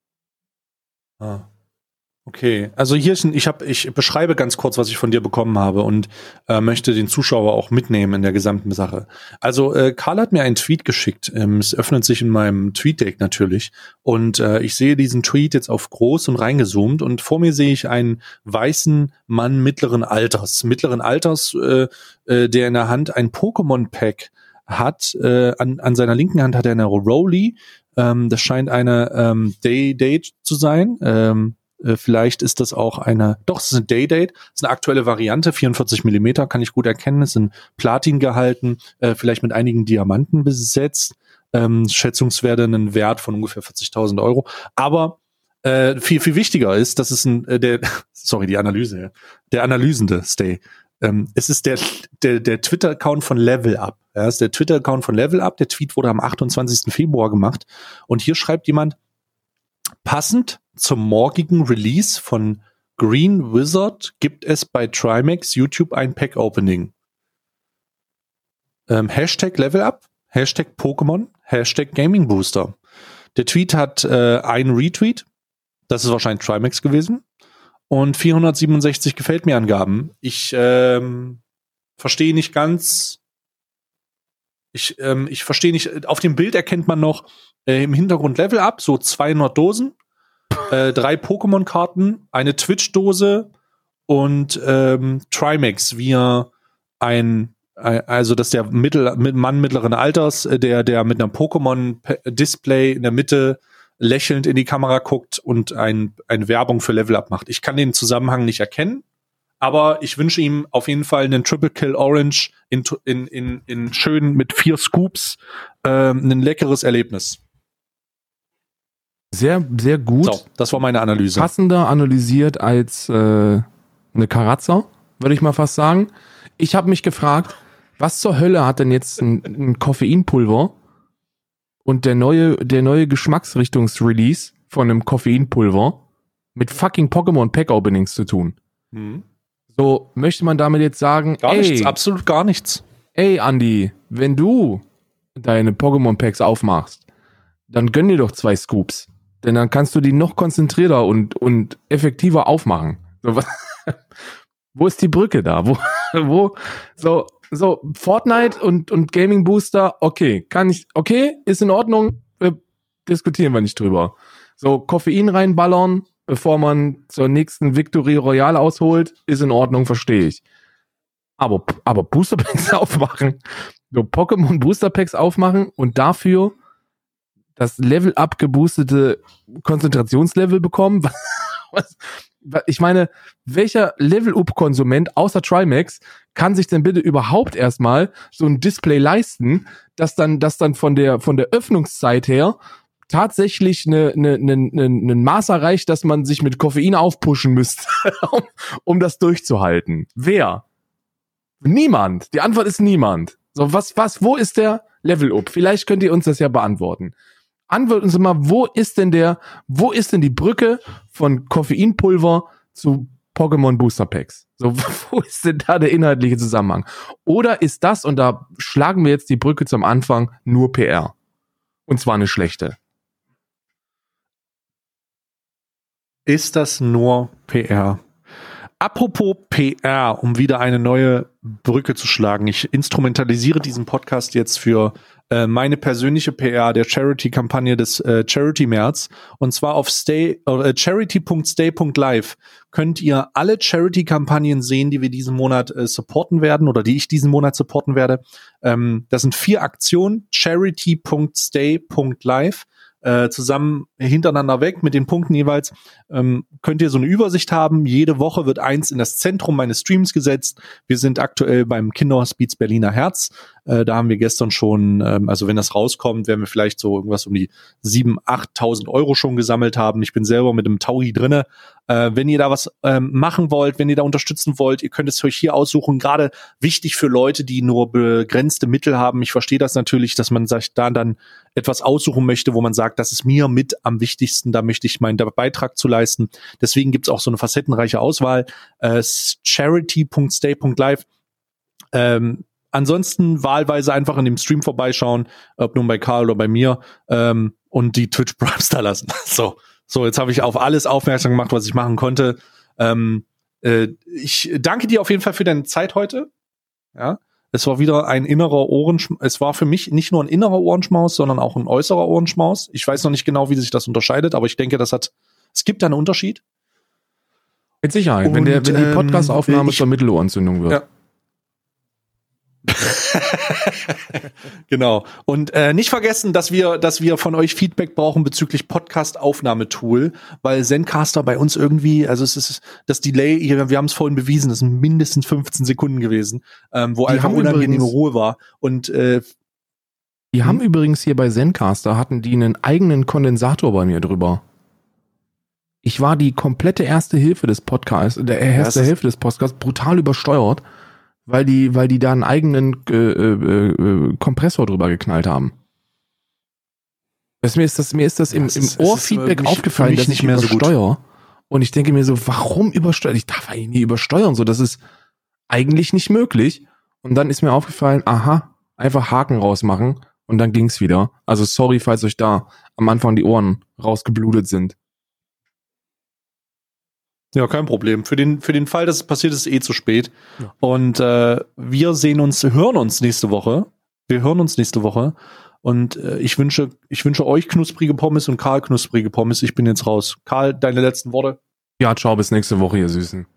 Ah. Okay, also hier ist ein, ich habe, ich beschreibe ganz kurz, was ich von dir bekommen habe und äh, möchte den Zuschauer auch mitnehmen in der gesamten Sache. Also äh, Karl hat mir einen Tweet geschickt. Ähm, es öffnet sich in meinem Tweet-Deck natürlich und äh, ich sehe diesen Tweet jetzt auf groß und reingezoomt und vor mir sehe ich einen weißen Mann mittleren Alters, mittleren Alters, äh, äh, der in der Hand ein Pokémon-Pack hat. Äh, an, an seiner linken Hand hat er eine Rolli. Ähm, das scheint eine ähm, Day-Date zu sein. Ähm, Vielleicht ist das auch eine, doch, es ist eine Day-Date, es ist eine aktuelle Variante, vierundvierzig Millimeter, kann ich gut erkennen, es sind Platin gehalten, äh, vielleicht mit einigen Diamanten besetzt, ähm, Schätzungswerte einen Wert von ungefähr vierzigtausend Euro, aber äh, viel, viel wichtiger ist, dass es ein, äh, der, sorry, die Analyse, der analysende Stay, ähm, es ist der, der, der Twitter-Account von Level Up. Ja, es ist der Twitter-Account von Level Up. Der Tweet wurde am achtundzwanzigsten Februar gemacht. Und hier schreibt jemand, passend zum morgigen Release von Green Wizard gibt es bei Trimax YouTube ein Pack-Opening. Ähm, Hashtag Level Up, Hashtag Pokémon, Hashtag Gaming Booster. Der Tweet hat äh, einen Retweet, das ist wahrscheinlich Trimax gewesen, und vierhundertsiebenundsechzig gefällt mir Angaben. Ich ähm, verstehe nicht ganz, ich, ähm, ich verstehe nicht, auf dem Bild erkennt man noch äh, im Hintergrund Level Up, so zweihundert Dosen, äh, drei Pokémon-Karten, eine Twitch-Dose und ähm, Trimax, wie er ein Also, dass der Mittel, Mann mittleren Alters, der, der mit einem Pokémon-Display in der Mitte lächelnd in die Kamera guckt und ein, eine Werbung für Level Up macht. Ich kann den Zusammenhang nicht erkennen, aber ich wünsche ihm auf jeden Fall einen Triple Kill Orange in, in, in, in schön mit vier Scoops, ähm, ein leckeres Erlebnis. Sehr, sehr gut. So, das war meine Analyse. Passender analysiert als äh, eine Karazza, würde ich mal fast sagen. Ich habe mich gefragt, was zur Hölle hat denn jetzt ein, ein Koffeinpulver und der neue, der neue Geschmacksrichtungs-Release von einem Koffeinpulver mit fucking Pokémon Pack Openings zu tun? Mhm. So, möchte man damit jetzt sagen, gar ey, nichts, absolut gar nichts. Ey, Andi, wenn du deine Pokémon Packs aufmachst, dann gönn dir doch zwei Scoops. Denn dann kannst du die noch konzentrierter und, und effektiver aufmachen. So, was, wo ist die Brücke da? Wo, wo, so, so, Fortnite und, und Gaming Booster, okay, kann ich, okay, ist in Ordnung, äh, diskutieren wir nicht drüber. So, Koffein reinballern, bevor man zur nächsten Victory Royale ausholt, ist in Ordnung, verstehe ich. Aber, aber Booster Packs aufmachen, so Pokémon Booster Packs aufmachen und dafür das Level up geboostete Konzentrationslevel bekommen, was, ich meine, welcher Level-Up-Konsument außer Trimax kann sich denn bitte überhaupt erstmal so ein Display leisten, das dann, das dann von der, von der Öffnungszeit her tatsächlich eine, eine, eine, eine Maß erreicht, dass man sich mit Koffein aufpushen müsste, um, um das durchzuhalten? Wer? Niemand. Die Antwort ist niemand. So, was, was, wo ist der Level-Up? Vielleicht könnt ihr uns das ja beantworten. Antworten Sie mal, wo ist denn der, wo ist denn die Brücke von Koffeinpulver zu Pokémon Booster Packs? So, wo ist denn da der inhaltliche Zusammenhang? Oder ist das, und da schlagen wir jetzt die Brücke zum Anfang, nur P R? Und zwar eine schlechte. Ist das nur P R? Apropos P R, um wieder eine neue Brücke zu schlagen. Ich instrumentalisiere diesen Podcast jetzt für äh, meine persönliche P R der Charity-Kampagne des äh, Charity-März. Und zwar auf stay, äh, charity punkt stay punkt live könnt ihr alle Charity-Kampagnen sehen, die wir diesen Monat äh, supporten werden oder die ich diesen Monat supporten werde. Ähm, das sind vier Aktionen. charity punkt stay punkt live. Äh, zusammen hintereinander weg mit den Punkten jeweils, ähm, könnt ihr so eine Übersicht haben. Jede Woche wird eins in das Zentrum meines Streams gesetzt. Wir sind aktuell beim Kinderhospiz Berliner Herz. Äh, da haben wir gestern schon, ähm, also wenn das rauskommt, werden wir vielleicht so irgendwas um die siebentausend, achttausend Euro schon gesammelt haben. Ich bin selber mit dem Taui drinne. Äh, wenn ihr da was ähm, machen wollt, wenn ihr da unterstützen wollt, ihr könnt es euch hier aussuchen. Gerade wichtig für Leute, die nur begrenzte Mittel haben. Ich verstehe das natürlich, dass man sich da dann etwas aussuchen möchte, wo man sagt, das ist mir mit am wichtigsten, da möchte ich meinen Beitrag zu leisten. Deswegen gibt's auch so eine facettenreiche Auswahl. Äh, charity punkt stay punkt live. Ähm, ansonsten wahlweise einfach in dem Stream vorbeischauen, ob nun bei Karl oder bei mir, ähm, und die Twitch Primes da lassen. So, so jetzt habe ich auf alles aufmerksam gemacht, was ich machen konnte. Ähm, äh, ich danke dir auf jeden Fall für deine Zeit heute. Ja. Es war wieder ein innerer Ohrenschmaus. Es war für mich nicht nur ein innerer Ohrenschmaus, sondern auch ein äußerer Ohrenschmaus. Ich weiß noch nicht genau, wie sich das unterscheidet, aber ich denke, das hat, es gibt da einen Unterschied. Mit Sicherheit, Und, wenn, der, wenn die ähm, Podcast-Aufnahme ich- zur Mittelohrentzündung wird. Ja. Genau. Und äh, nicht vergessen, dass wir, dass wir von euch Feedback brauchen bezüglich Podcast-Aufnahmetool, weil Zencaster bei uns irgendwie, also es ist das Delay, hier, wir haben es vorhin bewiesen, das sind mindestens fünfzehn Sekunden gewesen, ähm, wo Die einfach haben unangenehme übrigens- Ruhe war. Und äh, Die Hm? haben übrigens hier bei Zencaster, hatten die einen eigenen Kondensator bei mir drüber. Ich war die komplette erste Hilfe des Podcasts, der erste ist- Hälfte des Podcasts brutal übersteuert, weil die, weil die da einen eigenen äh, äh, äh, Kompressor drüber geknallt haben. Das, mir ist das, mir ist das im, das im ist- es Ohrfeedback ist mich- aufgefallen, für mich dass nicht ich mehr so gut. übersteuere. Und ich denke mir so, warum übersteuern? Ich darf eigentlich nie übersteuern. So, das ist eigentlich nicht möglich. Und dann ist mir aufgefallen, aha, einfach Haken rausmachen und dann ging's wieder. Also sorry, falls euch da am Anfang die Ohren rausgeblutet sind. Ja, kein Problem. Für den, für den Fall, dass es passiert, ist es eh zu spät. Ja. Und äh, wir sehen uns, hören uns nächste Woche. Wir hören uns nächste Woche. Und äh, ich wünsche, ich wünsche euch knusprige Pommes und Karl knusprige Pommes. Ich bin jetzt raus. Karl, deine letzten Worte. Ja, ciao, bis nächste Woche, ihr Süßen.